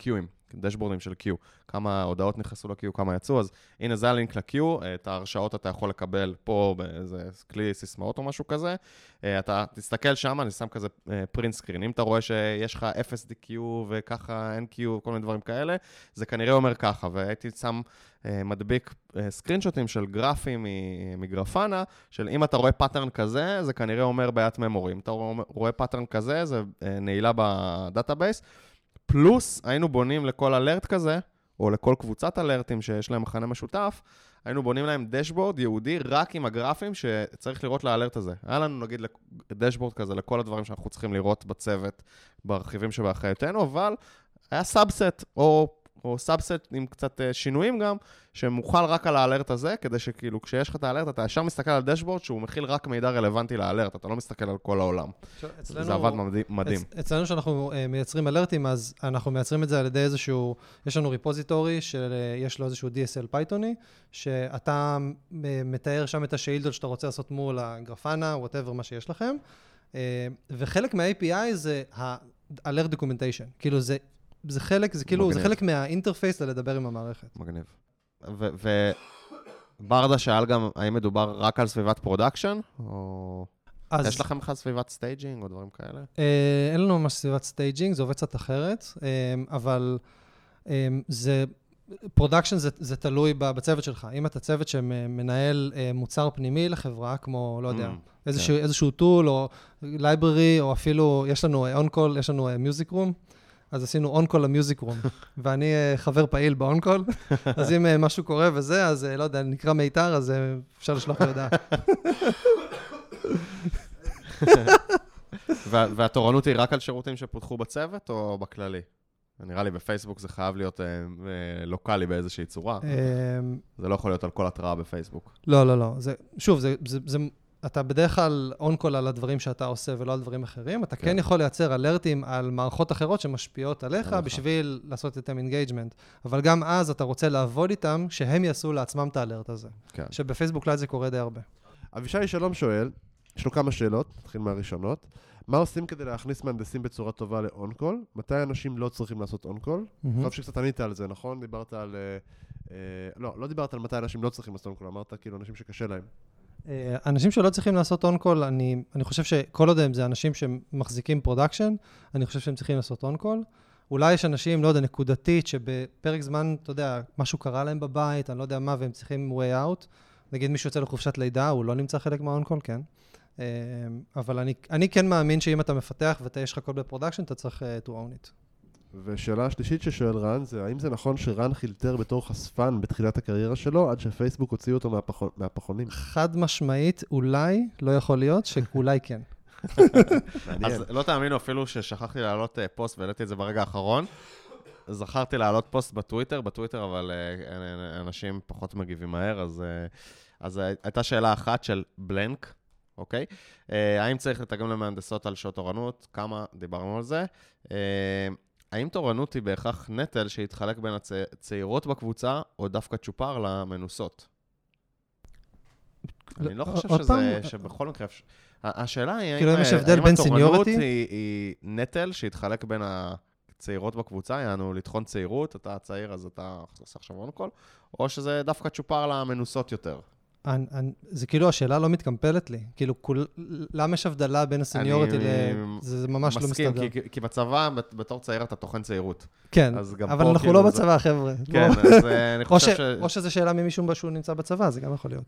דשבורדים של Q, כמה הודעות נכנסו ל-Q, כמה יצאו, אז הנה זה הלינק ל-Q, את ההרשאות אתה יכול לקבל פה באיזה כלי סיסמאות או משהו כזה, אתה תסתכל שם, אני שם כזה פרינט סקרין, אם אתה רואה שיש לך אפס די קיו וככה אין קיו, כל מיני דברים כאלה, זה כנראה אומר ככה, והייתי שם מדביק סקרינשוטים של גרפים מגרפנה, של אם אתה רואה פאטרן כזה, זה כנראה אומר בעיית ממורי, אם אתה רואה פאטרן כזה, זה נעילה בדאטאבייס, פלוס היינו בונים לכל אלרט כזה, או לכל קבוצת אלרטים שיש להם מכנה משותף, היינו בונים להם דשבורד ייעודי רק עם הגרפים שצריך לראות לאלרט הזה. היה לנו נגיד דשבורד כזה לכל הדברים שאנחנו צריכים לראות בצוות, ברכיבים שבאחריותנו, אבל היה סאבסט או, או סאבסט עם קצת שינויים גם, שמוכל רק על האלרט הזה, כדי שכאילו כשיש לך את האלרט, אתה ישר מסתכל על דשבורד שהוא מכיל רק מידע רלוונטי לאלרט, אתה לא מסתכל על כל העולם. אצלנו, זה עבד מדהים. אצ, אצלנו שאנחנו uh, מייצרים אלרטים, אז אנחנו מייצרים את זה על ידי איזשהו, יש לנו ריפוזיטורי שיש לו איזשהו די אס אל פייתוני, שאתה מתאר שם את השאילדות שאתה רוצה לעשות מול הגרפנה, whatever מה שיש לכם, uh, וחלק מה-איי פי איי זה ה-alert documentation. כאילו זה, זה חלק, זה כאילו, זה חלק מהאינטרפייס לדבר עם המערכת. מגניב. וברדה שאל גם, האם מדובר רק על סביבת פרודקשן, או יש לכם בכלל סביבת סטייג'ינג או דברים כאלה? אין לנו ממש סביבת סטייג'ינג, זה עובד קצת אחרת, אבל זה, פרודקשן זה תלוי בצוות שלך. אם אתה צוות שמנהל מוצר פנימי לחברה, כמו, לא יודע, איזשהו טול או library, או אפילו, יש לנו on-call, יש לנו music room, אז עשינו און-קול למיוזיק רום, ואני חבר פעיל באון-קול, אז אם משהו קורה וזה, אז לא יודע, נקרא מיתר, אז אפשר לשלוח לידעה. והתורנות היא רק על שירותים שפותחו בצוות או בכללי? נראה לי בפייסבוק זה חייב להיות לוקלי באיזושהי צורה. זה לא יכול להיות על כל התראה בפייסבוק. לא, לא, לא. שוב, זה... אתה בדרך כלל און-קול על הדברים שאתה עושה ולא על דברים אחרים, אתה כן, כן יכול לייצר אלרטים על מערכות אחרות שמשפיעות עליך בשביל לעשות איתם אינגייג'מנט. אבל גם אז אתה רוצה לעבוד איתם שהם יעשו לעצמם את האלרט הזה. כן. שבפייסבוק לייט זה קורה די הרבה. אבישי שלום שואל, יש לו כמה שאלות, נתחיל מהראשונות. מה עושים כדי להכניס מהנדסים בצורה טובה לאון-קול? מתי אנשים לא צריכים לעשות און-קול? אני חושב שקצת ענית על זה, נכון? דיברת על... לא, לא דיברת על מתי אנשים לא צריכים לעשות און-קול, אמרת כאילו אנשים שקשה להם. אנשים שלא צריכים לעשות און-קול, אני, אני חושב שכל עוד הם זה אנשים שמחזיקים פרודקשן, אני חושב שהם צריכים לעשות און-קול. אולי יש אנשים, לא יודע, נקודתית, שבפרק זמן, אתה יודע, משהו קרה להם בבית, אני לא יודע מה, והם צריכים way out. נגיד מישהו יוצא לחופשת לידה, הוא לא נמצא חלק מהאון-קול, כן. אבל אני, אני כן מאמין שאם אתה מפתח ואתה יש לך קוד בפרודקשן, אתה צריך to own it. ושאלה השלישית ששואל רן, זה האם זה נכון שרן חילטר בתור חשפן בתחילת הקריירה שלו, עד שפייסבוק הוציאו אותו מהפחון, מהפחונים? חד משמעית, אולי, לא יכול להיות, שאולי כן. אז לא תאמינו אפילו ששכחתי להעלות פוסט, והעליתי את זה ברגע האחרון. זכרתי להעלות פוסט בטוויטר, בטוויטר, אבל אנשים פחות מגיבים מהר, אז, אז הייתה שאלה אחת של בלנק, אוקיי? האם צריך לתרגם למהנדסות על שעות תורנות? כמה דיברנו על זה? האם תורנות היא בהכרח נטל שיתחלק בין הצעירות בקבוצה, או דווקא צ'ופר למנוסות? אני לא חושב שזה, שבכל מקרה... השאלה היא, האם התורנות היא נטל שיתחלק בין הצעירות בקבוצה, יענו לתחון צעירות, אתה צעיר אז אתה עושה עכשיו און-קול, או שזה דווקא צ'ופר למנוסות יותר? זה כאילו, השאלה לא מתקמפלת לי. כאילו, למה יש הבדלה בין הסניוריטי ל... זה ממש לא מסתדר. מסכים, כי בצבא, בתור צעיר, אתה תוכן צעירות. כן, אבל אנחנו לא בצבא, חבר'ה. כן, אז אני חושב ש... או שזו שאלה ממישהו שהוא נמצא בצבא, זה גם יכול להיות.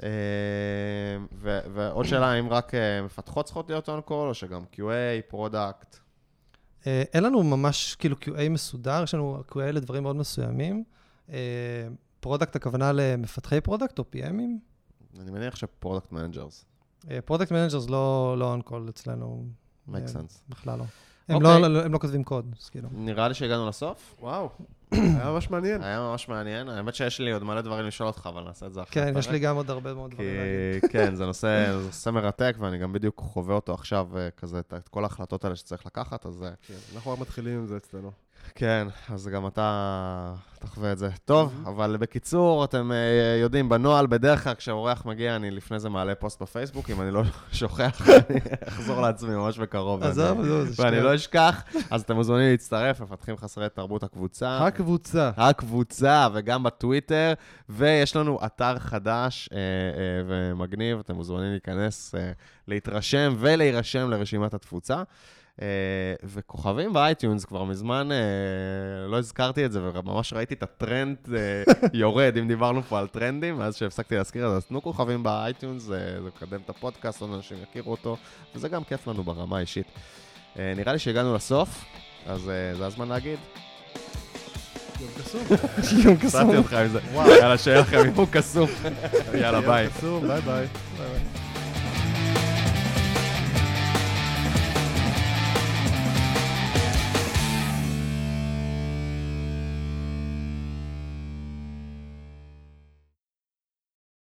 ועוד שאלה, האם רק מפתחות צריכות להיות און-קול, או שגם קיו איי, פרודקט? אין לנו ממש כאילו קיו איי מסודר, יש לנו קיו איי לדברים מאוד מסוימים. פרודקט, הכוונה למפתחי פרודקט או פי אמים? אני מניח שפרודקט מנג'רס. פרודקט מנג'רס לא און-קול אצלנו. make sense. בכלל לא. הם לא כותבים קוד, אז כאילו. נראה לי שהגענו לסוף. וואו. היה ממש מעניין. היה ממש מעניין. האמת שיש לי עוד מלא דברים לשאול אותך, אבל נעשה את זה אחרי. כן, יש לי גם עוד הרבה מאוד דברים להגיד. כן, זה נושא מרתק, ואני גם בדיוק חווה אותו עכשיו, כזה, את כל ההחלטות האלה שצריך לקחת, אז... אנחנו רק מתחילים עם זה אצלנו. כן, אז גם אתה תחווה את זה. טוב, אבל בקיצור, אתם יודעים, בנועל, בדרך כלל כשהאורח מגיע, אני לפני זה מעלה פוסט בפייסבוק, אם אני לא שוכח, אני אחזור לעצמי ממש בקרוב. עזוב, זה שטויות. ואני לא אשכח, אז אתם מוזמנים להצטרף, מפתחים חסרי תרבות הקבוצה. הקבוצה. הקבוצה, וגם בטוויטר, ויש לנו אתר חדש ומגניב, אתם מוזמנים להיכנס, להתרשם ולהירשם לרשימת התפוצה. Uh, וכוכבים באייטיונס כבר מזמן, uh, לא הזכרתי את זה, וממש ראיתי את הטרנד uh, יורד, אם דיברנו פה על טרנדים, אז שהפסקתי להזכיר את זה, אז תנו כוכבים באייטיונס, uh, זה מקדם את הפודקאסט, עוד אנשים יכירו אותו, וזה גם כיף לנו ברמה האישית. Uh, נראה לי שהגענו לסוף, אז uh, זה הזמן להגיד. יום קסום. יום קסום. קסמתי אותך עם זה. יאללה, שיהיה לכם יום קסום. יאללה, ביי. יום קסום, ביי ביי. ביי ביי.